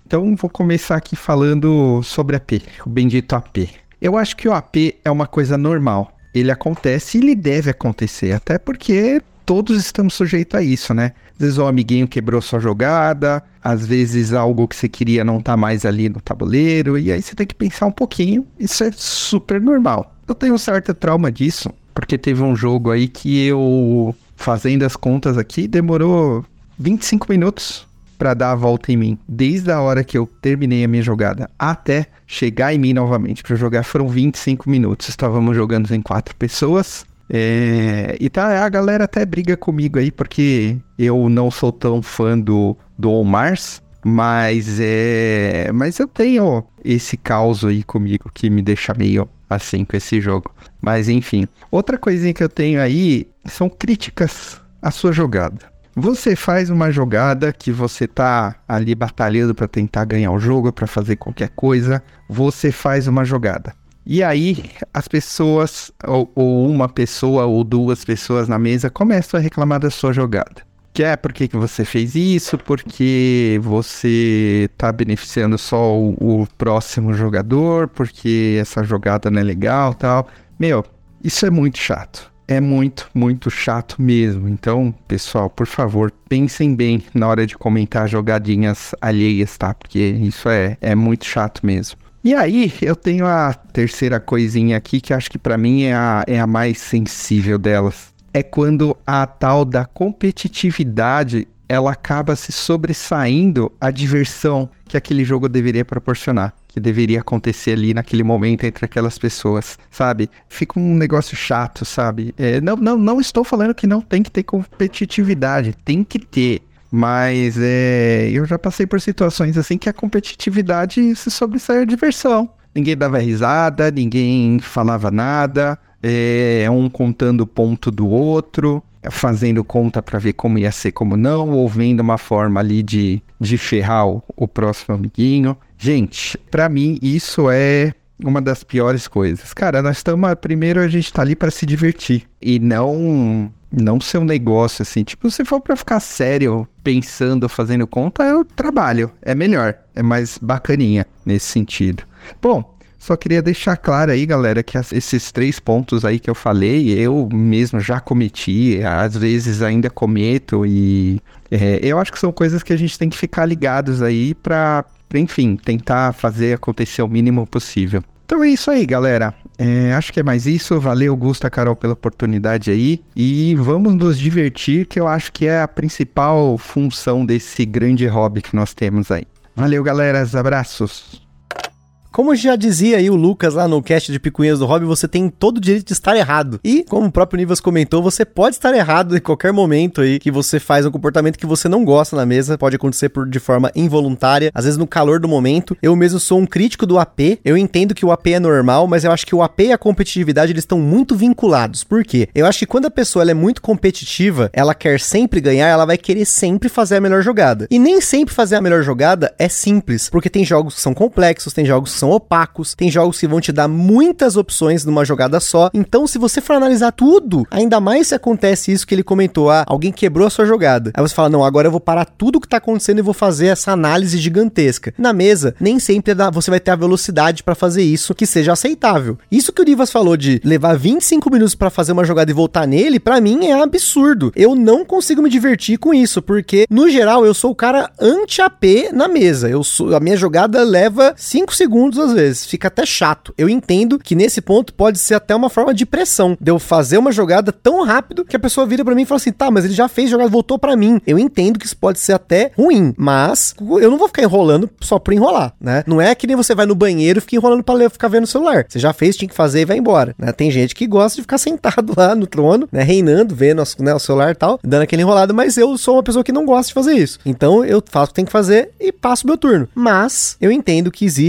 Então vou começar aqui falando sobre A P, o bendito A P. Eu acho que o A P é uma coisa normal. Ele acontece e ele deve acontecer, até porque todos estamos sujeitos a isso, né? Às vezes o amiguinho quebrou sua jogada, às vezes algo que você queria não tá mais ali no tabuleiro, e aí você tem que pensar um pouquinho. Isso é super normal. Eu tenho um certo trauma disso, porque teve um jogo aí que eu, fazendo as contas aqui, demorou vinte e cinco minutos para dar a volta em mim. Desde a hora que eu terminei a minha jogada até chegar em mim novamente para jogar, foram vinte e cinco minutos. Estávamos jogando em quatro pessoas. É... E tá, a galera até briga comigo aí, porque eu não sou tão fã do, do On Mars, mas, é... mas eu tenho esse caos aí comigo que me deixa meio assim com esse jogo. Mas enfim, outra coisinha que eu tenho aí são críticas à sua jogada. Você faz uma jogada que você tá ali batalhando para tentar ganhar o jogo, para fazer qualquer coisa, você faz uma jogada. E aí as pessoas, ou, ou uma pessoa ou duas pessoas na mesa começam a reclamar da sua jogada. Que é, por que que você fez isso? Porque você tá beneficiando só o, o próximo jogador, porque essa jogada não é legal e tal. Meu, isso é muito chato. É muito, muito chato mesmo. Então, pessoal, por favor, pensem bem na hora de comentar jogadinhas alheias, tá? Porque isso é, é muito chato mesmo. E aí, eu tenho a terceira coisinha aqui que acho que pra mim é a, é a mais sensível delas. É quando a tal da competitividade, ela acaba se sobressaindo a diversão que aquele jogo deveria proporcionar, que deveria acontecer ali naquele momento entre aquelas pessoas, sabe? Fica um negócio chato, sabe? É, não, não, não estou falando que não tem que ter competitividade, tem que ter. Mas é, eu já passei por situações assim que a competitividade se sobressai a diversão. Ninguém dava risada, ninguém falava nada, é, um contando o ponto do outro, fazendo conta pra ver como ia ser, como não, ou vendo uma forma ali de, de ferrar o, o próximo amiguinho. Gente, pra mim isso é uma das piores coisas. Cara, nós estamos, primeiro a gente tá ali pra se divertir e não... Não ser um negócio assim, tipo, se for pra ficar sério, pensando, fazendo conta, eu trabalho, é melhor, é mais bacaninha nesse sentido. Bom, só queria deixar claro aí, galera, que as, esses três pontos aí que eu falei, eu mesmo já cometi, às vezes ainda cometo e é, eu acho que são coisas que a gente tem que ficar ligados aí pra, pra, enfim, tentar fazer acontecer o mínimo possível. Então é isso aí, galera. É, acho que é mais isso. Valeu, Gusta, Carol, pela oportunidade aí. E vamos nos divertir, que eu acho que é a principal função desse grande hobby que nós temos aí. Valeu, galera. Abraços. Como já dizia aí o Lucas lá no cast de Picuinhas do Hobby, você tem todo o direito de estar errado. E, como o próprio Nivas comentou, você pode estar errado em qualquer momento aí que você faz um comportamento que você não gosta na mesa. Pode acontecer por, de forma involuntária, às vezes no calor do momento. Eu mesmo sou um crítico do A P. Eu entendo que o A P é normal, mas eu acho que o A P e a competitividade, eles estão muito vinculados. Por quê? Eu acho que quando a pessoa ela é muito competitiva, ela quer sempre ganhar, ela vai querer sempre fazer a melhor jogada. E nem sempre fazer a melhor jogada é simples, porque tem jogos que são complexos, tem jogos que são opacos, tem jogos que vão te dar muitas opções numa jogada só. Então, se você for analisar tudo, ainda mais se acontece isso que ele comentou, ah, alguém quebrou a sua jogada. Aí você fala, não, agora eu vou parar tudo o que tá acontecendo e vou fazer essa análise gigantesca. Na mesa, nem sempre você vai ter a velocidade pra fazer isso que seja aceitável. Isso que o Nivas falou de levar vinte e cinco minutos pra fazer uma jogada e voltar nele, pra mim é absurdo. Eu não consigo me divertir com isso, porque, no geral, eu sou o cara anti-A P na mesa. Eu sou, a minha jogada leva cinco segundos às vezes, fica até chato. Eu entendo que nesse ponto pode ser até uma forma de pressão, de eu fazer uma jogada tão rápido que a pessoa vira pra mim e fala assim, tá, mas ele já fez jogada, voltou pra mim. Eu entendo que isso pode ser até ruim, mas eu não vou ficar enrolando só por enrolar, né? Não é que nem você vai no banheiro e fica enrolando pra ler, ficar vendo o celular. Você já fez, tinha que fazer e vai embora, né? Tem gente que gosta de ficar sentado lá no trono, né, reinando, vendo, né, o celular e tal, dando aquele enrolado, mas eu sou uma pessoa que não gosta de fazer isso. Então eu faço o que tem que fazer e passo o meu turno. Mas eu entendo que existe esse lado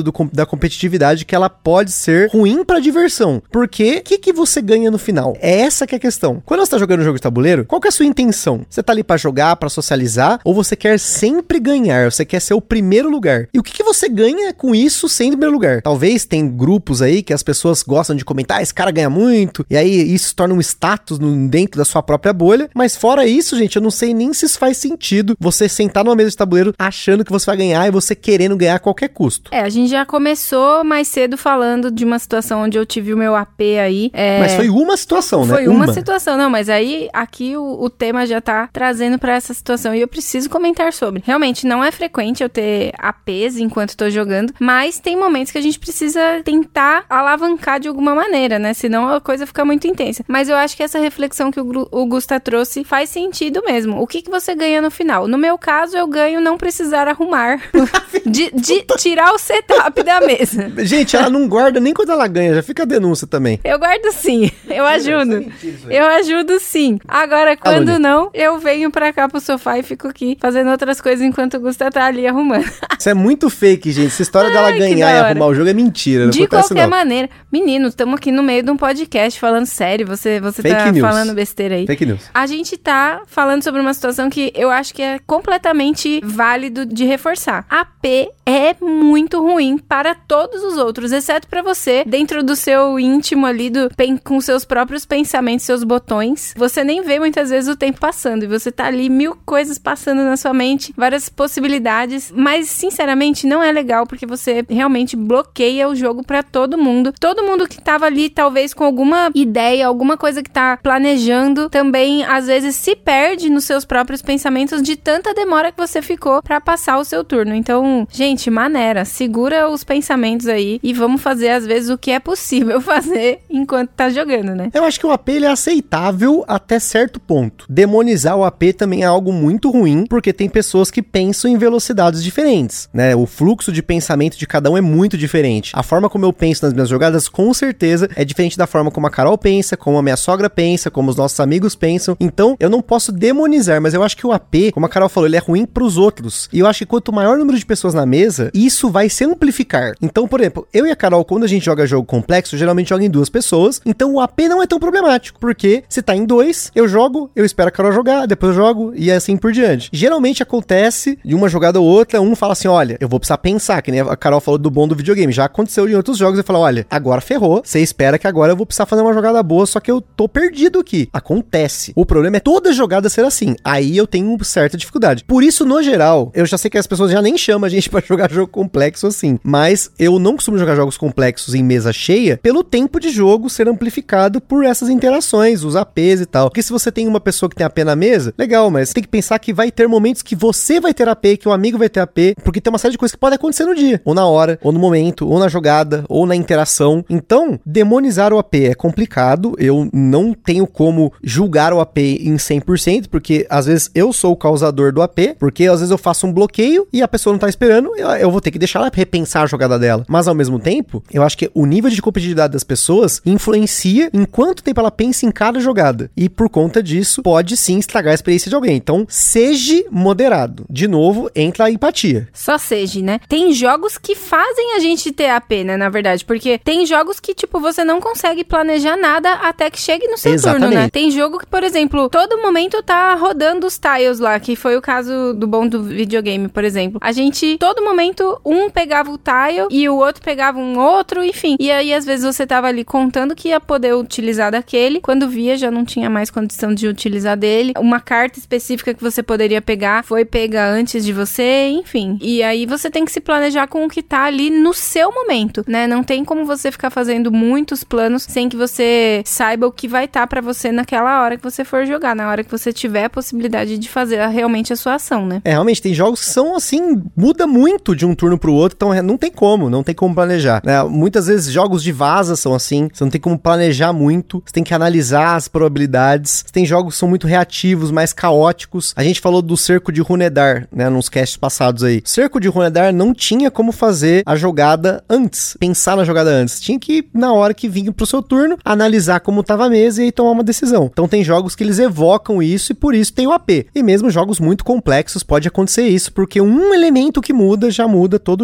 do, da competitividade que ela pode ser ruim pra diversão. Porque o que, que você ganha no final? É essa que é a questão. Quando você tá jogando um jogo de tabuleiro, qual que é a sua intenção? Você tá ali pra jogar, pra socializar, ou você quer sempre ganhar? Você quer ser o primeiro lugar? E o que, que você ganha com isso sendo o primeiro lugar? Talvez tem grupos aí que as pessoas gostam de comentar, ah, esse cara ganha muito, e aí isso se torna um status no, dentro da sua própria bolha, mas fora isso, gente, eu não sei nem se isso faz sentido você sentar numa mesa de tabuleiro achando que você vai ganhar e você querendo ganhar a qualquer custo. É, a gente já começou mais cedo falando de uma situação onde eu tive o meu A P aí. É... Mas foi uma situação, né? Foi uma, uma situação, não, mas aí aqui o, o tema já tá trazendo pra essa situação e eu preciso comentar sobre. Realmente não é frequente eu ter A Ps enquanto tô jogando, mas tem momentos que a gente precisa tentar alavancar de alguma maneira, né? Senão a coisa fica muito intensa. Mas eu acho que essa reflexão que o, o Gusta trouxe faz sentido mesmo. O que, que você ganha no final? No meu caso, eu ganho não precisar arrumar. de, de tirar o setup da mesa. Gente, ela não guarda nem quando ela ganha, já fica a denúncia também. Eu guardo sim, eu ajudo. Eu ajudo sim. Agora, quando Alô, não, eu venho pra cá pro sofá e fico aqui fazendo outras coisas enquanto o Gusta tá ali arrumando. Isso é muito fake, gente. Essa história Ai, dela ganhar e arrumar o jogo é mentira. Não de qualquer não. maneira. Menino, estamos aqui no meio de um podcast falando sério. Você, você tá news. falando besteira aí. Fake news. A gente tá falando sobre uma situação que eu acho que é completamente válido de reforçar. A P é muito ruim para todos os outros, exceto para você, dentro do seu íntimo ali, do, com seus próprios pensamentos, seus botões. Você nem vê muitas vezes o tempo passando e você tá ali, mil coisas passando na sua mente, várias possibilidades, mas sinceramente não é legal porque você realmente bloqueia o jogo para todo mundo. Todo mundo que tava ali, talvez com alguma ideia, alguma coisa que tá planejando, também às vezes se perde nos seus próprios pensamentos de tanta demora que você ficou para passar o seu turno. Então, gente, maneira, segura os pensamentos aí e vamos fazer às vezes o que é possível fazer enquanto tá jogando, né? Eu acho que o A P ele é aceitável até certo ponto. Demonizar o A P também é algo muito ruim, porque tem pessoas que pensam em velocidades diferentes, né? O fluxo de pensamento de cada um é muito diferente. A forma como eu penso nas minhas jogadas, com certeza, é diferente da forma como a Carol pensa, como a minha sogra pensa, como os nossos amigos pensam. Então, eu não posso demonizar, mas eu acho que o A P, como a Carol falou, ele é ruim pros outros. E eu acho que quanto maior o número de pessoas na mesa, isso vai se amplificar. Então, por exemplo, eu e a Carol, quando a gente joga jogo complexo, geralmente joga em duas pessoas, então o A P não é tão problemático, porque se tá em dois, eu jogo, eu espero a Carol jogar, depois eu jogo, e assim por diante. Geralmente acontece de uma jogada ou outra, um fala assim, olha, eu vou precisar pensar, que nem a Carol falou do bom do videogame, já aconteceu em outros jogos, eu falo, olha, agora ferrou, você espera que agora eu vou precisar fazer uma jogada boa, só que eu tô perdido aqui. Acontece. O problema é toda jogada ser assim, aí eu tenho certa dificuldade. Por isso, no geral, eu já sei que as pessoas já nem chamam a gente pra jogar jogo complexo assim, mas eu não costumo jogar jogos complexos em mesa cheia pelo tempo de jogo ser amplificado por essas interações, os A Ps e tal. Porque se você tem uma pessoa que tem A P na mesa, legal, mas tem que pensar que vai ter momentos que você vai ter A P, que o amigo vai ter A P, porque tem uma série de coisas que podem acontecer no dia, ou na hora, ou no momento, ou na jogada, ou na interação. Então, demonizar o A P é complicado, eu não tenho como julgar o A P em cem por cento, porque às vezes eu sou o causador do A P, porque às vezes eu faço um bloqueio e a pessoa não tá esperando, eu, eu vou ter que deixar ela repensar a jogada dela. Mas ao mesmo tempo, eu acho que o nível de competitividade das pessoas influencia em quanto tempo ela pensa em cada jogada. E por conta disso, pode sim estragar a experiência de alguém. Então, seja moderado. De novo, entra a empatia. Só seja, né? Tem jogos que fazem a gente ter A P, né? Na verdade, porque tem jogos que, tipo, você não consegue planejar nada até que chegue no seu Exatamente. turno, né? Tem jogo que, por exemplo, todo momento tá rodando os tiles lá, que foi o caso do bom do videogame, por exemplo. A gente, todo momento, um pegava o tile e o outro pegava um outro, enfim. E aí, às vezes, você tava ali contando que ia poder utilizar daquele, quando via, já não tinha mais condição de utilizar dele. Uma carta específica que você poderia pegar foi pega antes de você, enfim. E aí, você tem que se planejar com o que tá ali no seu momento, né? Não tem como você ficar fazendo muitos planos sem que você saiba o que vai estar tá pra você naquela hora que você for jogar, na hora que você tiver a possibilidade de fazer a, realmente a sua ação, né? É, realmente, tem jogos que são assim, muda muito de um turno pro outro, então não tem como, não tem como planejar, né? Muitas vezes jogos de vaza são assim, você não tem como planejar muito, você tem que analisar as probabilidades, tem jogos que são muito reativos, mais caóticos. A gente falou do Cerco de Runedar, né, nos casts passados aí. Cerco de Runedar não tinha como fazer a jogada antes, pensar na jogada antes, tinha que, na hora que vinha pro seu turno, analisar como tava a mesa e aí tomar uma decisão. Então tem jogos que eles evocam isso e por isso tem o A P. E mesmo jogos muito complexos pode acontecer isso, porque um elemento que muda já muda todo o jogo. Então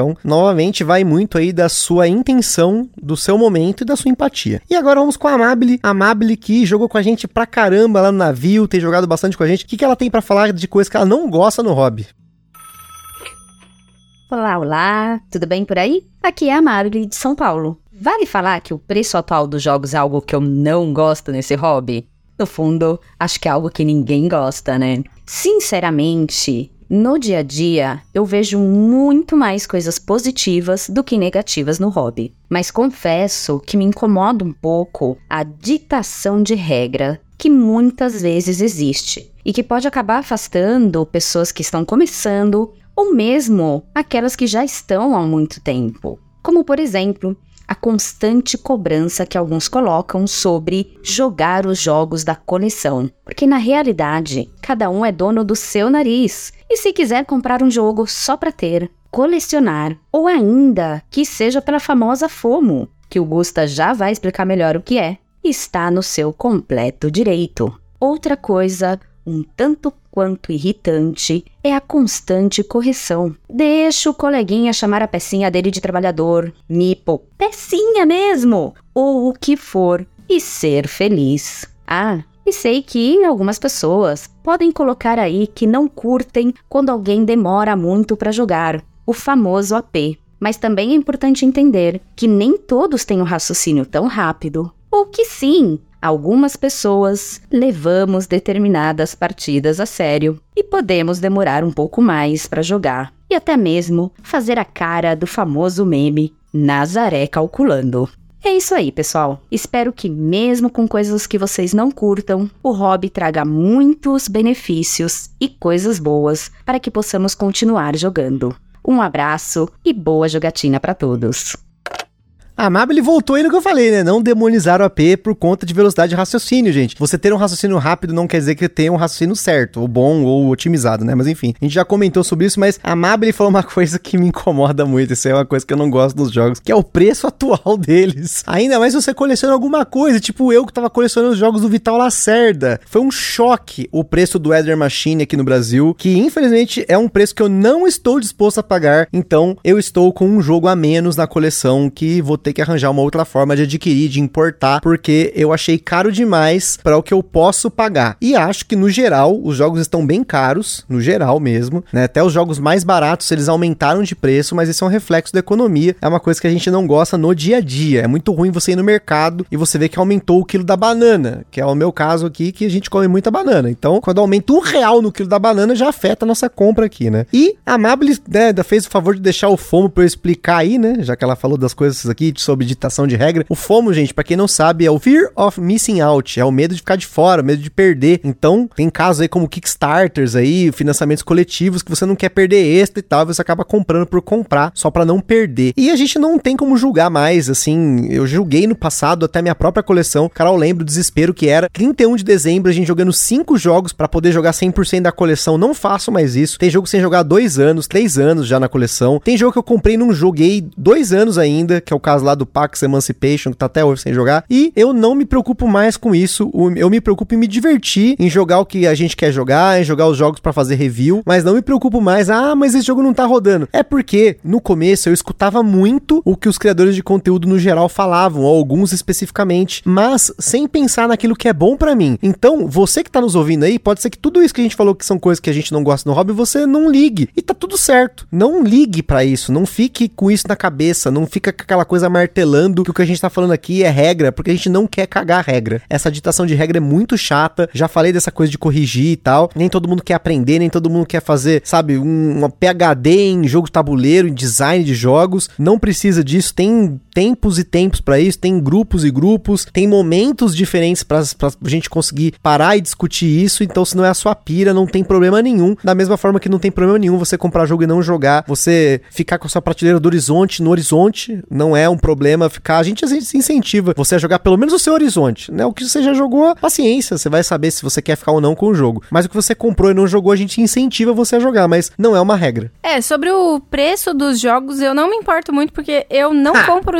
Então, novamente, vai muito aí da sua intenção, do seu momento e da sua empatia. E agora vamos com a Amabile. A Amabile que jogou com a gente pra caramba lá no navio, tem jogado bastante com a gente. O que, que ela tem pra falar de coisa que ela não gosta no hobby? Olá, olá, tudo bem por aí? Aqui é a Amabile de São Paulo. Vale falar que o preço atual dos jogos é algo que eu não gosto nesse hobby? No fundo, acho que é algo que ninguém gosta, né? Sinceramente, no dia a dia, eu vejo muito mais coisas positivas do que negativas no hobby. Mas confesso que me incomoda um pouco a ditação de regra que muitas vezes existe e que pode acabar afastando pessoas que estão começando ou mesmo aquelas que já estão há muito tempo. Como, por exemplo, a constante cobrança que alguns colocam sobre jogar os jogos da coleção. Porque na realidade, cada um é dono do seu nariz. E se quiser comprar um jogo só para ter, colecionar, ou ainda que seja pela famosa FOMO, que o Gusta já vai explicar melhor o que é, está no seu completo direito. Outra coisa um tanto quanto irritante é a constante correção. Deixa o coleguinha chamar a pecinha dele de trabalhador, mipo, pecinha mesmo, ou o que for, e ser feliz. Ah, e sei que algumas pessoas podem colocar aí que não curtem quando alguém demora muito para jogar, o famoso A P. Mas também é importante entender que nem todos têm um raciocínio tão rápido, ou que sim, algumas pessoas levamos determinadas partidas a sério e podemos demorar um pouco mais para jogar e até mesmo fazer a cara do famoso meme Nazaré calculando. É isso aí, pessoal. Espero que mesmo com coisas que vocês não curtam, o hobby traga muitos benefícios e coisas boas para que possamos continuar jogando. Um abraço e boa jogatina para todos. A Amabile voltou aí no que eu falei, né? Não demonizar o A P por conta de velocidade de raciocínio, gente. Você ter um raciocínio rápido não quer dizer que tenha um raciocínio certo, ou bom, ou otimizado, né? Mas enfim, a gente já comentou sobre isso, mas a Amabile falou uma coisa que me incomoda muito. Isso é uma coisa que eu não gosto dos jogos, que é o preço atual deles. Ainda mais se você coleciona alguma coisa, tipo eu que tava colecionando os jogos do Vital Lacerda. Foi um choque o preço do Eder Machine aqui no Brasil, que infelizmente é um preço que eu não estou disposto a pagar. Então, eu estou com um jogo a menos na coleção que vou ter que arranjar uma outra forma de adquirir, de importar, porque eu achei caro demais para o que eu posso pagar. E acho que no geral, os jogos estão bem caros, no geral mesmo, né? Até os jogos mais baratos, eles aumentaram de preço, mas isso é um reflexo da economia, é uma coisa que a gente não gosta no dia a dia. É muito ruim você ir no mercado e você ver que aumentou o quilo da banana, que é o meu caso aqui, que a gente come muita banana. Então, quando aumenta um real no quilo da banana, já afeta a nossa compra aqui, né? E a Amabile, né, fez o favor de deixar o FOMO pra eu explicar aí, né? Já que ela falou das coisas aqui sobre ditação de regra. O FOMO, gente, pra quem não sabe, é o Fear of Missing Out. É o medo de ficar de fora, o medo de perder. Então, tem casos aí como Kickstarters aí, financiamentos coletivos que você não quer perder extra e tal, e você acaba comprando por comprar, só pra não perder. E a gente não tem como julgar mais, assim, eu julguei no passado até minha própria coleção. Carol, lembra o desespero que era. trinta e um de dezembro, a gente jogando cinco jogos pra poder jogar cem por cento da coleção. Não faço mais isso. Tem jogo sem jogar há dois anos, três anos já na coleção. Tem jogo que eu comprei e não joguei dois anos ainda, que é o caso lá do Pax Emancipation, que tá até hoje sem jogar, e eu não me preocupo mais com isso. Eu me preocupo em me divertir, em jogar o que a gente quer jogar, em jogar os jogos pra fazer review, mas não me preocupo mais, ah, mas esse jogo não tá rodando. É porque, no começo, eu escutava muito o que os criadores de conteúdo no geral falavam, ou alguns especificamente, mas sem pensar naquilo que é bom pra mim. Então, você que tá nos ouvindo aí, pode ser que tudo isso que a gente falou que são coisas que a gente não gosta no hobby, você não ligue. E tá tudo certo. Não ligue pra isso, não fique com isso na cabeça, não fica com aquela coisa martelando que o que a gente tá falando aqui é regra, porque a gente não quer cagar a regra. Essa ditação de regra é muito chata, já falei dessa coisa de corrigir e tal, nem todo mundo quer aprender, nem todo mundo quer fazer, sabe, um, uma P H D em jogo de tabuleiro, em design de jogos, não precisa disso, tem tempos e tempos pra isso, tem grupos e grupos, tem momentos diferentes pra, pra gente conseguir parar e discutir isso, então se não é a sua pira, não tem problema nenhum, da mesma forma que não tem problema nenhum você comprar jogo e não jogar, você ficar com a sua prateleira do horizonte no horizonte, não é um problema ficar, a gente às vezes incentiva você a jogar pelo menos o seu horizonte, né, o que você já jogou, paciência, você vai saber se você quer ficar ou não com o jogo, mas o que você comprou e não jogou, a gente incentiva você a jogar, mas não é uma regra. É, sobre o preço dos jogos, eu não me importo muito, porque eu não ah. compro os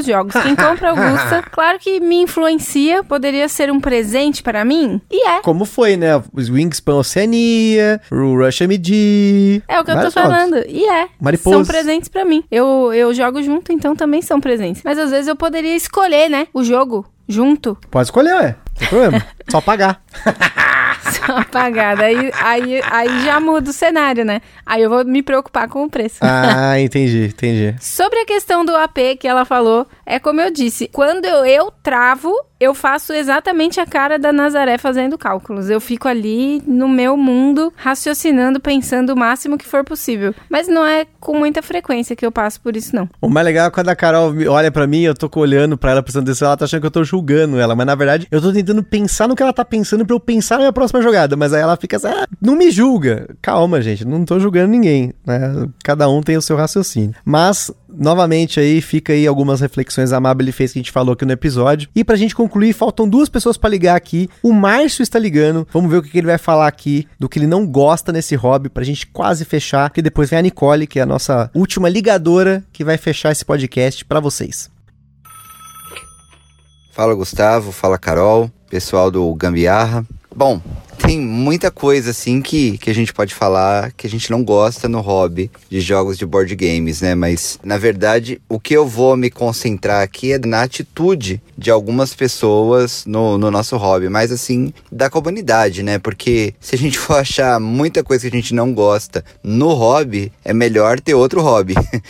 os jogos. Quem compra Augusta, claro que me influencia, poderia ser um presente para mim, e é. Como foi, né? Os Wingspan Oceania, o Rush M D... É o que eu tô falando, e é. Mariposa. São presentes pra mim. Eu, eu jogo junto, então também são presentes. Mas às vezes eu poderia escolher, né, o jogo junto. Pode escolher, ué. Não tem problema. Só pagar. Só pagar. Daí aí, aí já muda o cenário, né? Aí eu vou me preocupar com o preço. Ah, entendi, entendi. Sobre a questão do A P que ela falou, é como eu disse, quando eu, eu travo, eu faço exatamente a cara da Nazaré fazendo cálculos. Eu fico ali no meu mundo, raciocinando, pensando o máximo que for possível. Mas não é com muita frequência que eu passo por isso, não. O mais legal é quando a Carol olha pra mim, eu tô olhando pra ela, prestando atenção, ela tá achando que eu tô julgando ela. Mas na verdade, eu tô tentando pensar no que ela tá pensando pra eu pensar na minha próxima jogada. Mas aí ela fica assim, ah, não me julga. Calma, gente, não tô julgando ninguém, né? Cada um tem o seu raciocínio. Mas, novamente aí, fica aí algumas reflexões a Amabile fez que a gente falou aqui no episódio. E pra gente concluir, faltam duas pessoas pra ligar aqui. O Márcio está ligando. Vamos ver o que, que ele vai falar aqui, do que ele não gosta nesse hobby, pra gente quase fechar. Porque depois vem a Nicole, que é a nossa última ligadora, que vai fechar esse podcast pra vocês. Fala, Gustavo. Fala, Carol. Pessoal do Gambiarra. Bom, tem muita coisa assim que, que a gente pode falar que a gente não gosta no hobby de jogos de board games, né? Mas, na verdade, o que eu vou me concentrar aqui é na atitude de algumas pessoas no, no nosso hobby, mas assim, da comunidade, né? Porque se a gente for achar muita coisa que a gente não gosta no hobby, é melhor ter outro hobby.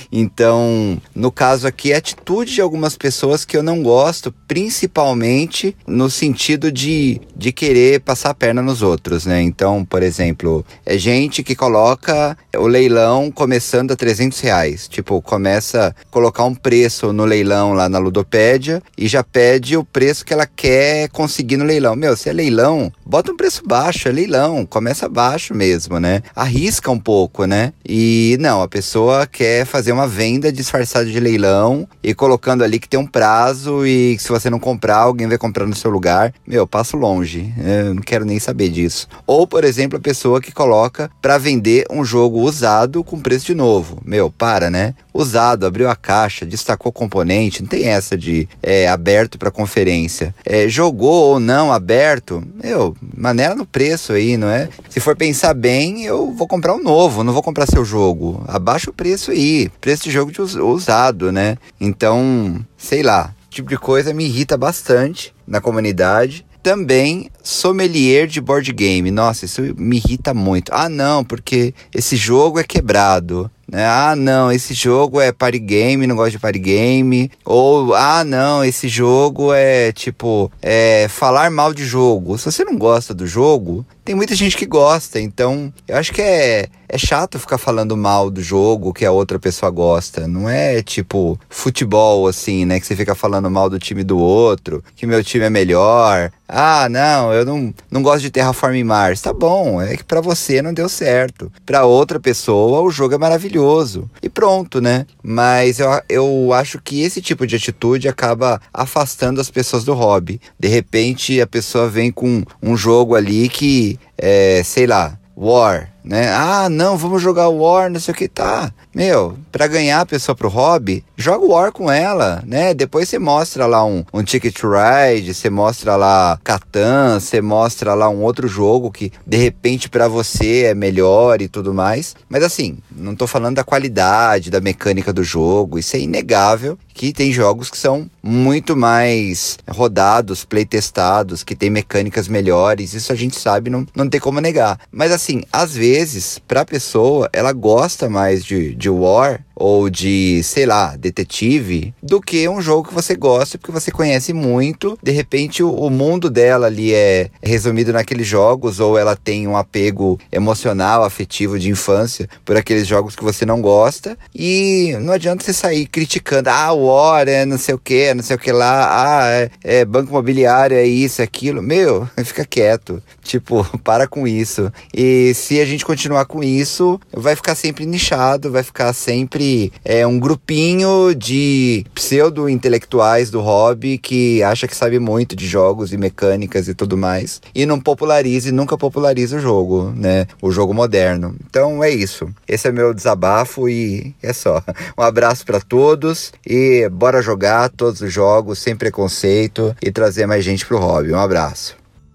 Então, no caso aqui, a atitude de algumas pessoas que eu não gosto, principalmente no sentido de, de querer passar a perna nos outros, né? Então, por exemplo, é gente que coloca o leilão começando a trezentos reais. Tipo, começa a colocar um preço no leilão lá na Ludopédia e já pede o preço que ela quer conseguir no leilão. Meu, se é leilão, bota um preço baixo, é leilão, começa baixo mesmo, né? Arrisca um pouco, né? E não, a pessoa quer fazer uma venda disfarçada de leilão e colocando ali que tem um prazo e que se você não comprar, alguém vai comprar no seu lugar. Meu, passo longe, eu não quero nem saber disso. Ou, por exemplo, a pessoa que coloca pra vender um jogo usado com preço de novo. Meu, para, né? Usado, abriu a caixa, destacou o componente, não tem essa de é, aberto para conferência. É, jogou ou não aberto, meu, maneira no preço aí, não é? Se for pensar bem, eu vou comprar um novo, não vou comprar seu jogo. Abaixa o preço aí, preço de jogo de us- usado, né? Então, sei lá, esse tipo de coisa me irrita bastante na comunidade. Também sommelier de board game. Nossa, isso me irrita muito. Ah, não, porque esse jogo é quebrado. Né? Ah, não, esse jogo é party game, não gosto de party game. Ou, ah, não, esse jogo é, tipo, é falar mal de jogo. Se você não gosta do jogo, tem muita gente que gosta. Então, eu acho que é, é chato ficar falando mal do jogo que a outra pessoa gosta. Não é, tipo, futebol, assim, né? Que você fica falando mal do time do outro, que meu time é melhor. Ah, não, eu não, não gosto de Terraform Mars. Tá bom, é que pra você não deu certo. Pra outra pessoa, o jogo é maravilhoso. E pronto, né? Mas eu, eu acho que esse tipo de atitude acaba afastando as pessoas do hobby. De repente, a pessoa vem com um jogo ali que, é, sei lá, War, né? Ah, não, vamos jogar War, não sei o que, tá. Meu, pra ganhar a pessoa pro hobby, joga War com ela, né? Depois você mostra lá um, um Ticket to Ride, você mostra lá Catan, você mostra lá um outro jogo que, de repente, pra você é melhor e tudo mais. Mas assim, não tô falando da qualidade, da mecânica do jogo, isso é inegável que tem jogos que são muito mais rodados, playtestados, que tem mecânicas melhores, isso a gente sabe, não, não tem como negar. Mas assim, às vezes, pra pessoa, ela gosta mais de, de War ou de, sei lá, detetive, do que um jogo que você gosta, porque você conhece muito, de repente o, o mundo dela ali é resumido naqueles jogos, ou ela tem um apego emocional, afetivo de infância por aqueles jogos que você não gosta, e não adianta você sair criticando, ah, War é não sei o que, não sei o que lá, ah, é, é banco imobiliário, é isso, é aquilo, meu, fica quieto, tipo, para com isso, e se a gente continuar com isso, vai ficar sempre nichado, vai ficar sempre é um grupinho de pseudo-intelectuais do hobby que acha que sabe muito de jogos e mecânicas e tudo mais, e não populariza e nunca populariza o jogo, né? O jogo moderno. Então é isso. Esse é meu desabafo e é só. Um abraço pra todos e que bora jogar todos os jogos sem preconceito e trazer mais gente pro hobby. Um abraço.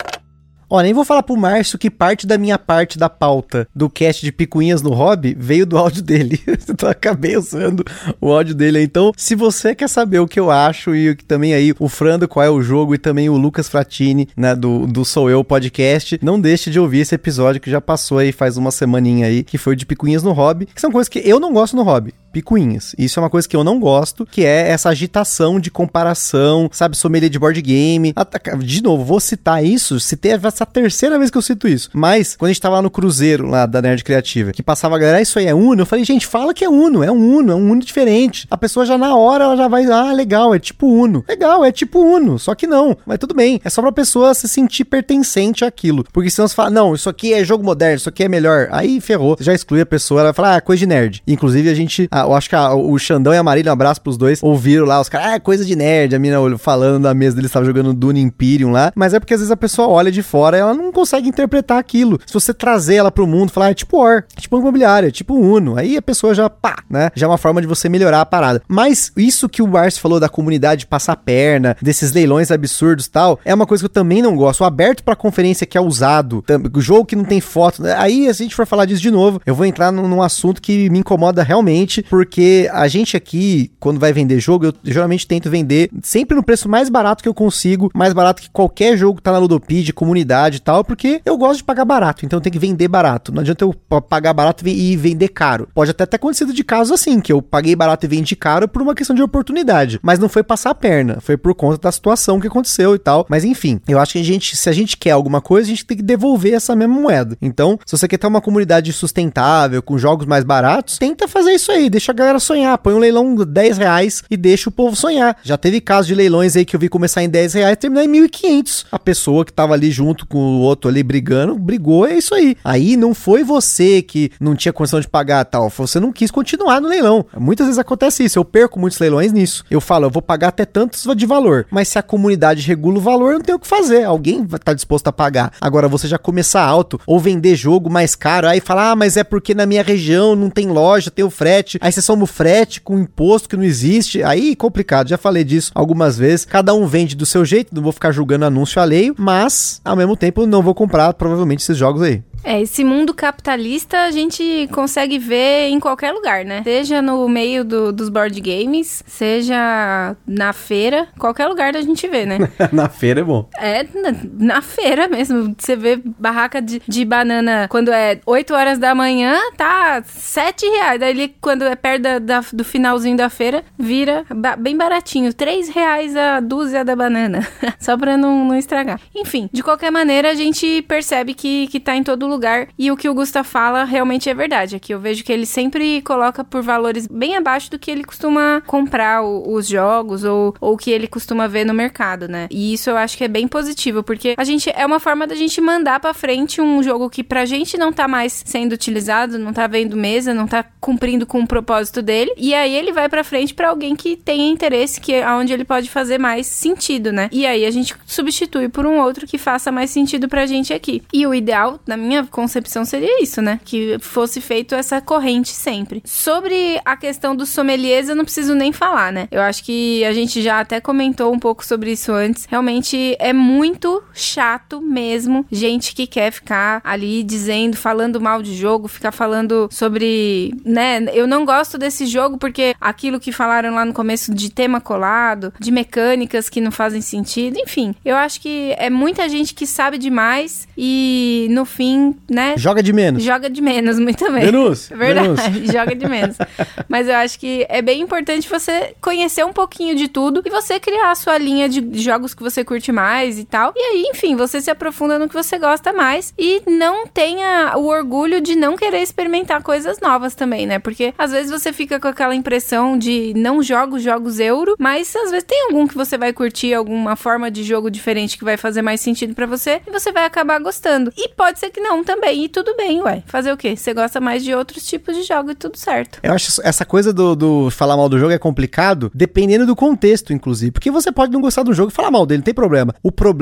Ó, nem vou falar pro Márcio que parte da minha parte da pauta do cast de picuinhas no hobby veio do áudio dele. Então eu acabei usando o áudio dele. Então, se você quer saber o que eu acho e também aí o Frando, qual é o jogo, e também o Lucas Fratini, né, do, do Sou Eu Podcast, não deixe de ouvir esse episódio que já passou aí faz uma semaninha aí, que foi de picuinhas no hobby, que são coisas que eu não gosto no hobby. Picuinhas. Isso é uma coisa que eu não gosto, que é essa agitação de comparação, sabe, sommelier de board game. De novo, vou citar isso, citei essa terceira vez que eu cito isso. Mas, quando a gente tava lá no cruzeiro, lá da Nerd Criativa, que passava a galera, ah, isso aí é Uno, eu falei, gente, fala que é Uno, é um Uno, é um Uno diferente. A pessoa já na hora, ela já vai, ah, legal, é tipo Uno. Legal, é tipo Uno, só que não. Mas tudo bem, é só pra pessoa se sentir pertencente àquilo. Porque senão você fala, não, isso aqui é jogo moderno, isso aqui é melhor. Aí ferrou, você já exclui a pessoa, ela vai falar, ah, coisa de nerd. Inclusive, a gente... eu acho que a, o Xandão e a Marília, um abraço pros dois, ouviram lá, os caras, ah, coisa de nerd, a mina falando da mesa deles, estava jogando Dune Imperium lá, mas é porque às vezes a pessoa olha de fora e ela não consegue interpretar aquilo. Se você trazer ela pro mundo, falar, ah, é tipo War, é tipo imobiliária, é tipo Uno, aí a pessoa já, pá, né, já é uma forma de você melhorar a parada. Mas isso que o Márcio falou da comunidade passar perna, desses leilões absurdos e tal, é uma coisa que eu também não gosto. O aberto pra conferência que é usado, o jogo que não tem foto, aí se a gente for falar disso de novo, eu vou entrar num, num assunto que me incomoda realmente, porque a gente aqui, quando vai vender jogo, eu geralmente tento vender sempre no preço mais barato que eu consigo, mais barato que qualquer jogo que tá na Ludopedia, comunidade e tal, porque eu gosto de pagar barato, então eu tenho que vender barato. Não adianta eu pagar barato e vender caro. Pode até ter acontecido de casos assim, que eu paguei barato e vendi caro por uma questão de oportunidade, mas não foi passar a perna, foi por conta da situação que aconteceu e tal. Mas enfim, eu acho que a gente, se a gente quer alguma coisa, a gente tem que devolver essa mesma moeda. Então, se você quer ter uma comunidade sustentável, com jogos mais baratos, tenta fazer isso aí, deixa a galera sonhar, põe um leilão de dez reais e deixa o povo sonhar. Já teve casos de leilões aí que eu vi começar em dez reais e terminar em mil e quinhentos. A pessoa que tava ali junto com o outro ali brigando, brigou, é isso aí. Aí não foi você que não tinha condição de pagar tal, você não quis continuar no leilão. Muitas vezes acontece isso, eu perco muitos leilões nisso. Eu falo, eu vou pagar até tantos de valor, mas se a comunidade regula o valor, eu não tenho o que fazer, alguém vai estar disposto a pagar. Agora, você já começar alto, ou vender jogo mais caro, aí falar, ah, mas é porque na minha região não tem loja, tem o frete, aí você soma o frete com imposto que não existe, aí complicado, já falei disso algumas vezes, cada um vende do seu jeito, não vou ficar julgando anúncio alheio, mas ao mesmo tempo não vou comprar provavelmente esses jogos aí. É, esse mundo capitalista a gente consegue ver em qualquer lugar, né? Seja no meio do, dos board games, seja na feira, qualquer lugar a gente vê, né? Na feira é bom. É, na, na feira mesmo. Você vê barraca de, de banana quando é oito horas da manhã, tá sete reais. Daí ele, quando é perto da, da, do finalzinho da feira, vira ba- bem baratinho. três reais a dúzia da banana. Só pra não, não estragar. Enfim, de qualquer maneira, a gente percebe que, que tá em todo lugar, e o que o Gusta fala realmente é verdade. Aqui eu vejo que ele sempre coloca por valores bem abaixo do que ele costuma comprar o, os jogos ou o que ele costuma ver no mercado, né? E isso eu acho que é bem positivo, porque a gente, é uma forma da gente mandar pra frente um jogo que pra gente não tá mais sendo utilizado, não tá vendo mesa, não tá cumprindo com o propósito dele, e aí ele vai pra frente pra alguém que tenha interesse, que é onde ele pode fazer mais sentido, né? E aí a gente substitui por um outro que faça mais sentido pra gente aqui. E o ideal, na minha concepção, seria isso, né? Que fosse feito essa corrente sempre. Sobre a questão dos sommeliers, eu não preciso nem falar, né? Eu acho que a gente já até comentou um pouco sobre isso antes. Realmente é muito chato mesmo gente que quer ficar ali dizendo, falando mal de jogo, ficar falando sobre, né? Eu não gosto desse jogo porque aquilo que falaram lá no começo de tema colado, de mecânicas que não fazem sentido, enfim. Eu acho que é muita gente que sabe demais e no fim, né? Joga de menos. Joga de menos, muito bem. Menos. Verdade, menos. joga de menos. Mas eu acho que é bem importante você conhecer um pouquinho de tudo e você criar a sua linha de jogos que você curte mais e tal. E aí, enfim, você se aprofunda no que você gosta mais e não tenha o orgulho de não querer experimentar coisas novas também, né? Porque às vezes você fica com aquela impressão de não jogo jogos euro, mas às vezes tem algum que você vai curtir, alguma forma de jogo diferente que vai fazer mais sentido pra você e você vai acabar gostando. E pode ser que não também, e tudo bem, ué. Fazer o quê? Você gosta mais de outros tipos de jogo e tudo certo. Eu acho essa coisa do, do falar mal do jogo é complicado, dependendo do contexto, inclusive. Porque você pode não gostar do jogo e falar mal dele, não tem problema. O problema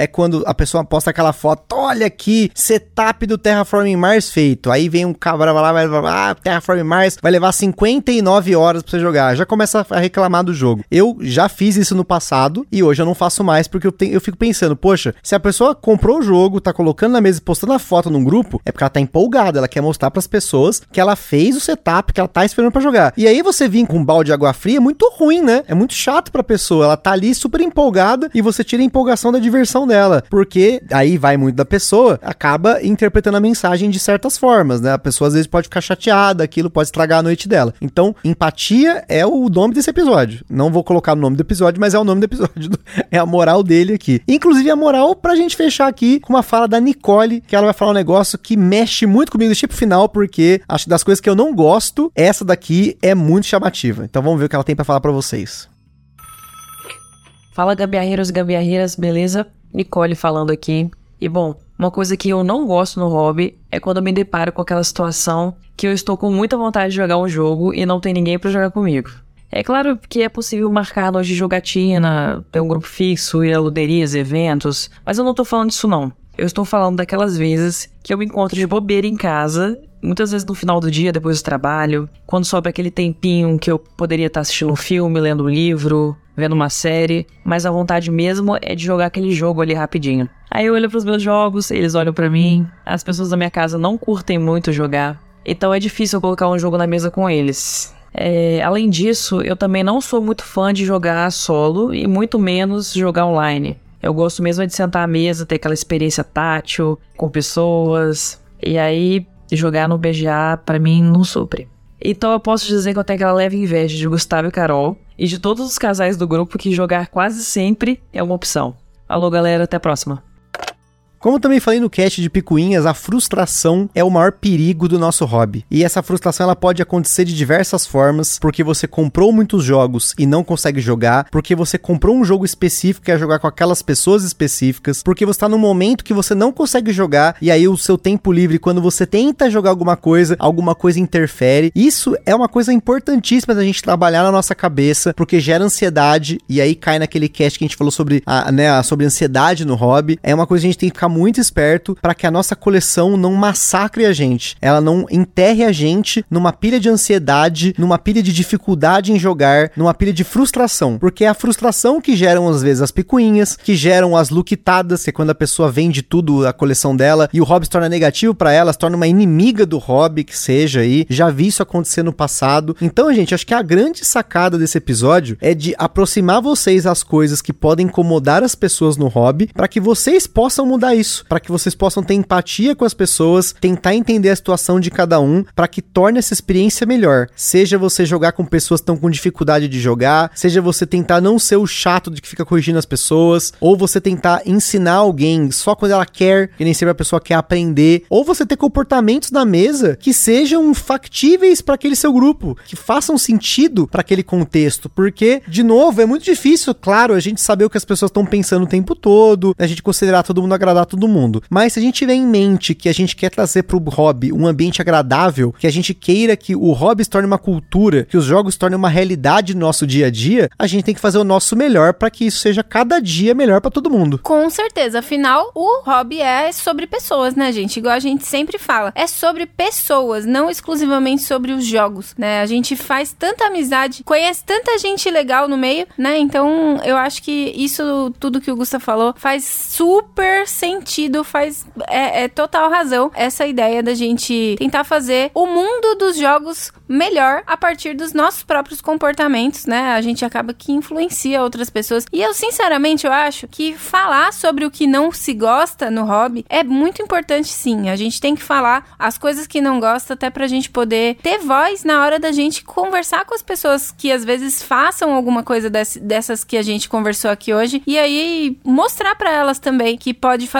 é quando a pessoa posta aquela foto, olha aqui, setup do Terraforming Mars feito. Aí vem um cabra lá, vai falar, ah, Terraforming Mars vai levar cinquenta e nove horas pra você jogar. Já começa a reclamar do jogo. Eu já fiz isso no passado e hoje eu não faço mais porque eu, tenho, eu fico pensando, poxa, se a pessoa comprou o jogo, tá colocando na mesa e postando a foto num grupo, é porque ela tá empolgada, ela quer mostrar pras pessoas que ela fez o setup, que ela tá esperando pra jogar. E aí você vir com um balde de água fria é muito ruim, né? É muito chato pra pessoa, ela tá ali super empolgada e você tira a empolgação da diversão dela, porque aí vai muito da pessoa, acaba interpretando a mensagem de certas formas, né? A pessoa às vezes pode ficar chateada, aquilo pode estragar a noite dela. Então, empatia é o nome desse episódio. Não vou colocar o nome do episódio, mas é o nome do episódio. É a moral dele aqui. Inclusive a moral pra gente fechar aqui com uma fala da Nicole, que ela vai falar um negócio que mexe muito comigo do tipo final, porque acho que das coisas que eu não gosto, essa daqui é muito chamativa. Então vamos ver o que ela tem pra falar pra vocês. Fala, gambiarreiros e gambiarreiras, beleza? Nicole falando aqui. E bom, uma coisa que eu não gosto no hobby é quando eu me deparo com aquela situação que eu estou com muita vontade de jogar um jogo e não tem ninguém pra jogar comigo. É claro que é possível marcar noite de jogatina, ter um grupo fixo, ir a luderias, eventos, mas eu não tô falando disso não. Eu estou falando daquelas vezes que eu me encontro de bobeira em casa, muitas vezes no final do dia, depois do trabalho, quando sobra aquele tempinho que eu poderia estar assistindo um filme, lendo um livro, vendo uma série, mas a vontade mesmo é de jogar aquele jogo ali rapidinho. Aí eu olho pros meus jogos, eles olham pra mim, as pessoas da minha casa não curtem muito jogar, então é difícil eu colocar um jogo na mesa com eles. É, além disso, eu também não sou muito fã de jogar solo e muito menos jogar online. Eu gosto mesmo de sentar à mesa, ter aquela experiência tátil, com pessoas, e aí jogar no B G A pra mim não supre. Então eu posso dizer que eu tenho aquela leve inveja de Gustavo e Carol, e de todos os casais do grupo que jogar quase sempre é uma opção. Alô galera, até a próxima. Como também falei no cast de Picuinhas, a frustração é o maior perigo do nosso hobby. E essa frustração ela pode acontecer de diversas formas, porque você comprou muitos jogos e não consegue jogar, porque você comprou um jogo específico e quer jogar com aquelas pessoas específicas, porque você tá num momento que você não consegue jogar e aí o seu tempo livre, quando você tenta jogar alguma coisa, alguma coisa interfere. Isso é uma coisa importantíssima da gente trabalhar na nossa cabeça, porque gera ansiedade e aí cai naquele cast que a gente falou sobre a, né, sobre ansiedade no hobby. É uma coisa que a gente tem que ficar muito esperto para que a nossa coleção não massacre a gente, ela não enterre a gente numa pilha de ansiedade, numa pilha de dificuldade em jogar, numa pilha de frustração, porque é a frustração que geram às vezes as picuinhas, que geram as luquitadas, que é quando a pessoa vende tudo a coleção dela e o hobby se torna negativo para ela, se torna uma inimiga do hobby, que seja aí, já vi isso acontecer no passado. Então, gente, acho que a grande sacada desse episódio é de aproximar vocês às coisas que podem incomodar as pessoas no hobby, para que vocês possam mudar isso. Isso, para que vocês possam ter empatia com as pessoas, tentar entender a situação de cada um, para que torne essa experiência melhor. Seja você jogar com pessoas que estão com dificuldade de jogar, seja você tentar não ser o chato de que fica corrigindo as pessoas, ou você tentar ensinar alguém só quando ela quer, que nem sempre a pessoa quer aprender, ou você ter comportamentos na mesa que sejam factíveis para aquele seu grupo, que façam sentido para aquele contexto, porque, de novo, é muito difícil, claro, a gente saber o que as pessoas estão pensando o tempo todo, a gente considerar todo mundo agradável todo mundo. Mas se a gente tiver em mente que a gente quer trazer pro hobby um ambiente agradável, que a gente queira que o hobby se torne uma cultura, que os jogos se tornem uma realidade no nosso dia a dia, a gente tem que fazer o nosso melhor para que isso seja cada dia melhor para todo mundo. Com certeza. Afinal, o hobby é sobre pessoas, né, gente? Igual a gente sempre fala. É sobre pessoas, não exclusivamente sobre os jogos, né? A gente faz tanta amizade, conhece tanta gente legal no meio, né? Então, eu acho que isso tudo que o Gustavo falou faz super sentido. Sentido, faz é, é total razão essa ideia da gente tentar fazer o mundo dos jogos melhor a partir dos nossos próprios comportamentos, né? A gente acaba que influencia outras pessoas. E eu, sinceramente, eu acho que falar sobre o que não se gosta no hobby é muito importante, sim. A gente tem que falar as coisas que não gosta até pra gente poder ter voz na hora da gente conversar com as pessoas que às vezes façam alguma coisa dessas que a gente conversou aqui hoje e aí mostrar pra elas também que pode fazer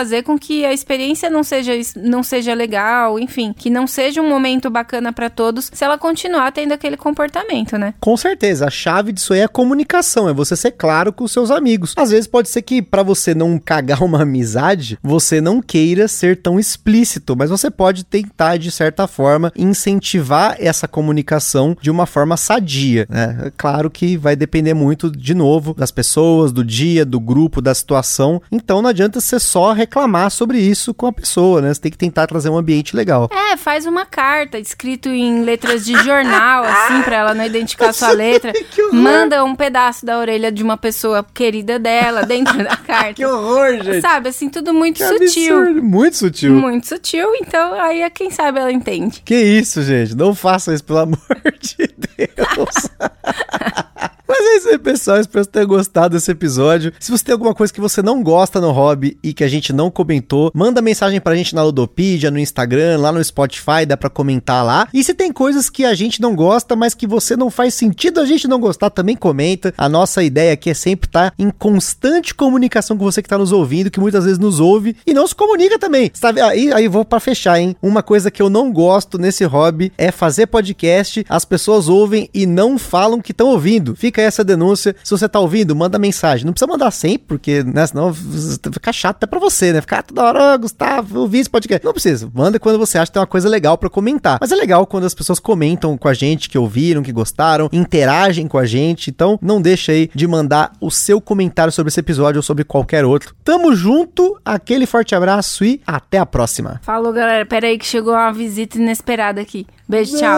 fazer com que a experiência não seja, não seja legal, enfim, que não seja um momento bacana pra todos, se ela continuar tendo aquele comportamento, né? Com certeza, a chave disso aí é a comunicação, é você ser claro com os seus amigos. Às vezes pode ser que pra você não cagar uma amizade, você não queira ser tão explícito, mas você pode tentar, de certa forma, incentivar essa comunicação de uma forma sadia, né? É claro que vai depender muito, de novo, das pessoas, do dia, do grupo, da situação, então não adianta você só reclamar sobre isso com a pessoa, né? Você tem que tentar trazer um ambiente legal. É, faz uma carta escrito em letras de jornal, assim, pra ela não identificar sua letra. Manda um pedaço da orelha de uma pessoa querida dela dentro da carta. Que horror, gente! Sabe, assim, tudo muito que sutil. Absurdo. Muito sutil. Muito sutil, então aí quem sabe ela entende. Que isso, gente, não façam isso, pelo amor de Deus. Mas é isso aí, pessoal. Espero que tenham gostado desse episódio. Se você tem alguma coisa que você não gosta no hobby e que a gente não comentou, manda mensagem pra gente na Ludopedia, no Instagram, lá no Spotify, dá pra comentar lá. E se tem coisas que a gente não gosta, mas que você não faz sentido a gente não gostar, também comenta. A nossa ideia aqui é sempre estar em constante comunicação com você que tá nos ouvindo, que muitas vezes nos ouve e não se comunica também. Sabe? Aí, aí vou pra fechar, hein? Uma coisa que eu não gosto nesse hobby é fazer podcast, as pessoas ouvem e não falam que estão ouvindo. Fica essa denúncia. Se você tá ouvindo, manda mensagem. Não precisa mandar sempre, porque, né, senão fica chato até pra você, né? Ficar toda hora, oh, Gustavo, eu vi esse podcast. Não precisa. Manda quando você acha que tem uma coisa legal pra comentar. Mas é legal quando as pessoas comentam com a gente, que ouviram, que gostaram, interagem com a gente. Então, não deixa aí de mandar o seu comentário sobre esse episódio ou sobre qualquer outro. Tamo junto, aquele forte abraço e até a próxima. Falou, galera. Pera aí que chegou uma visita inesperada aqui. Beijo, tchau.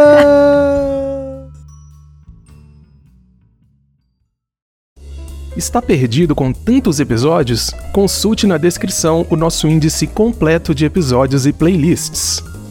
Está perdido com tantos episódios? Consulte na descrição o nosso índice completo de episódios e playlists.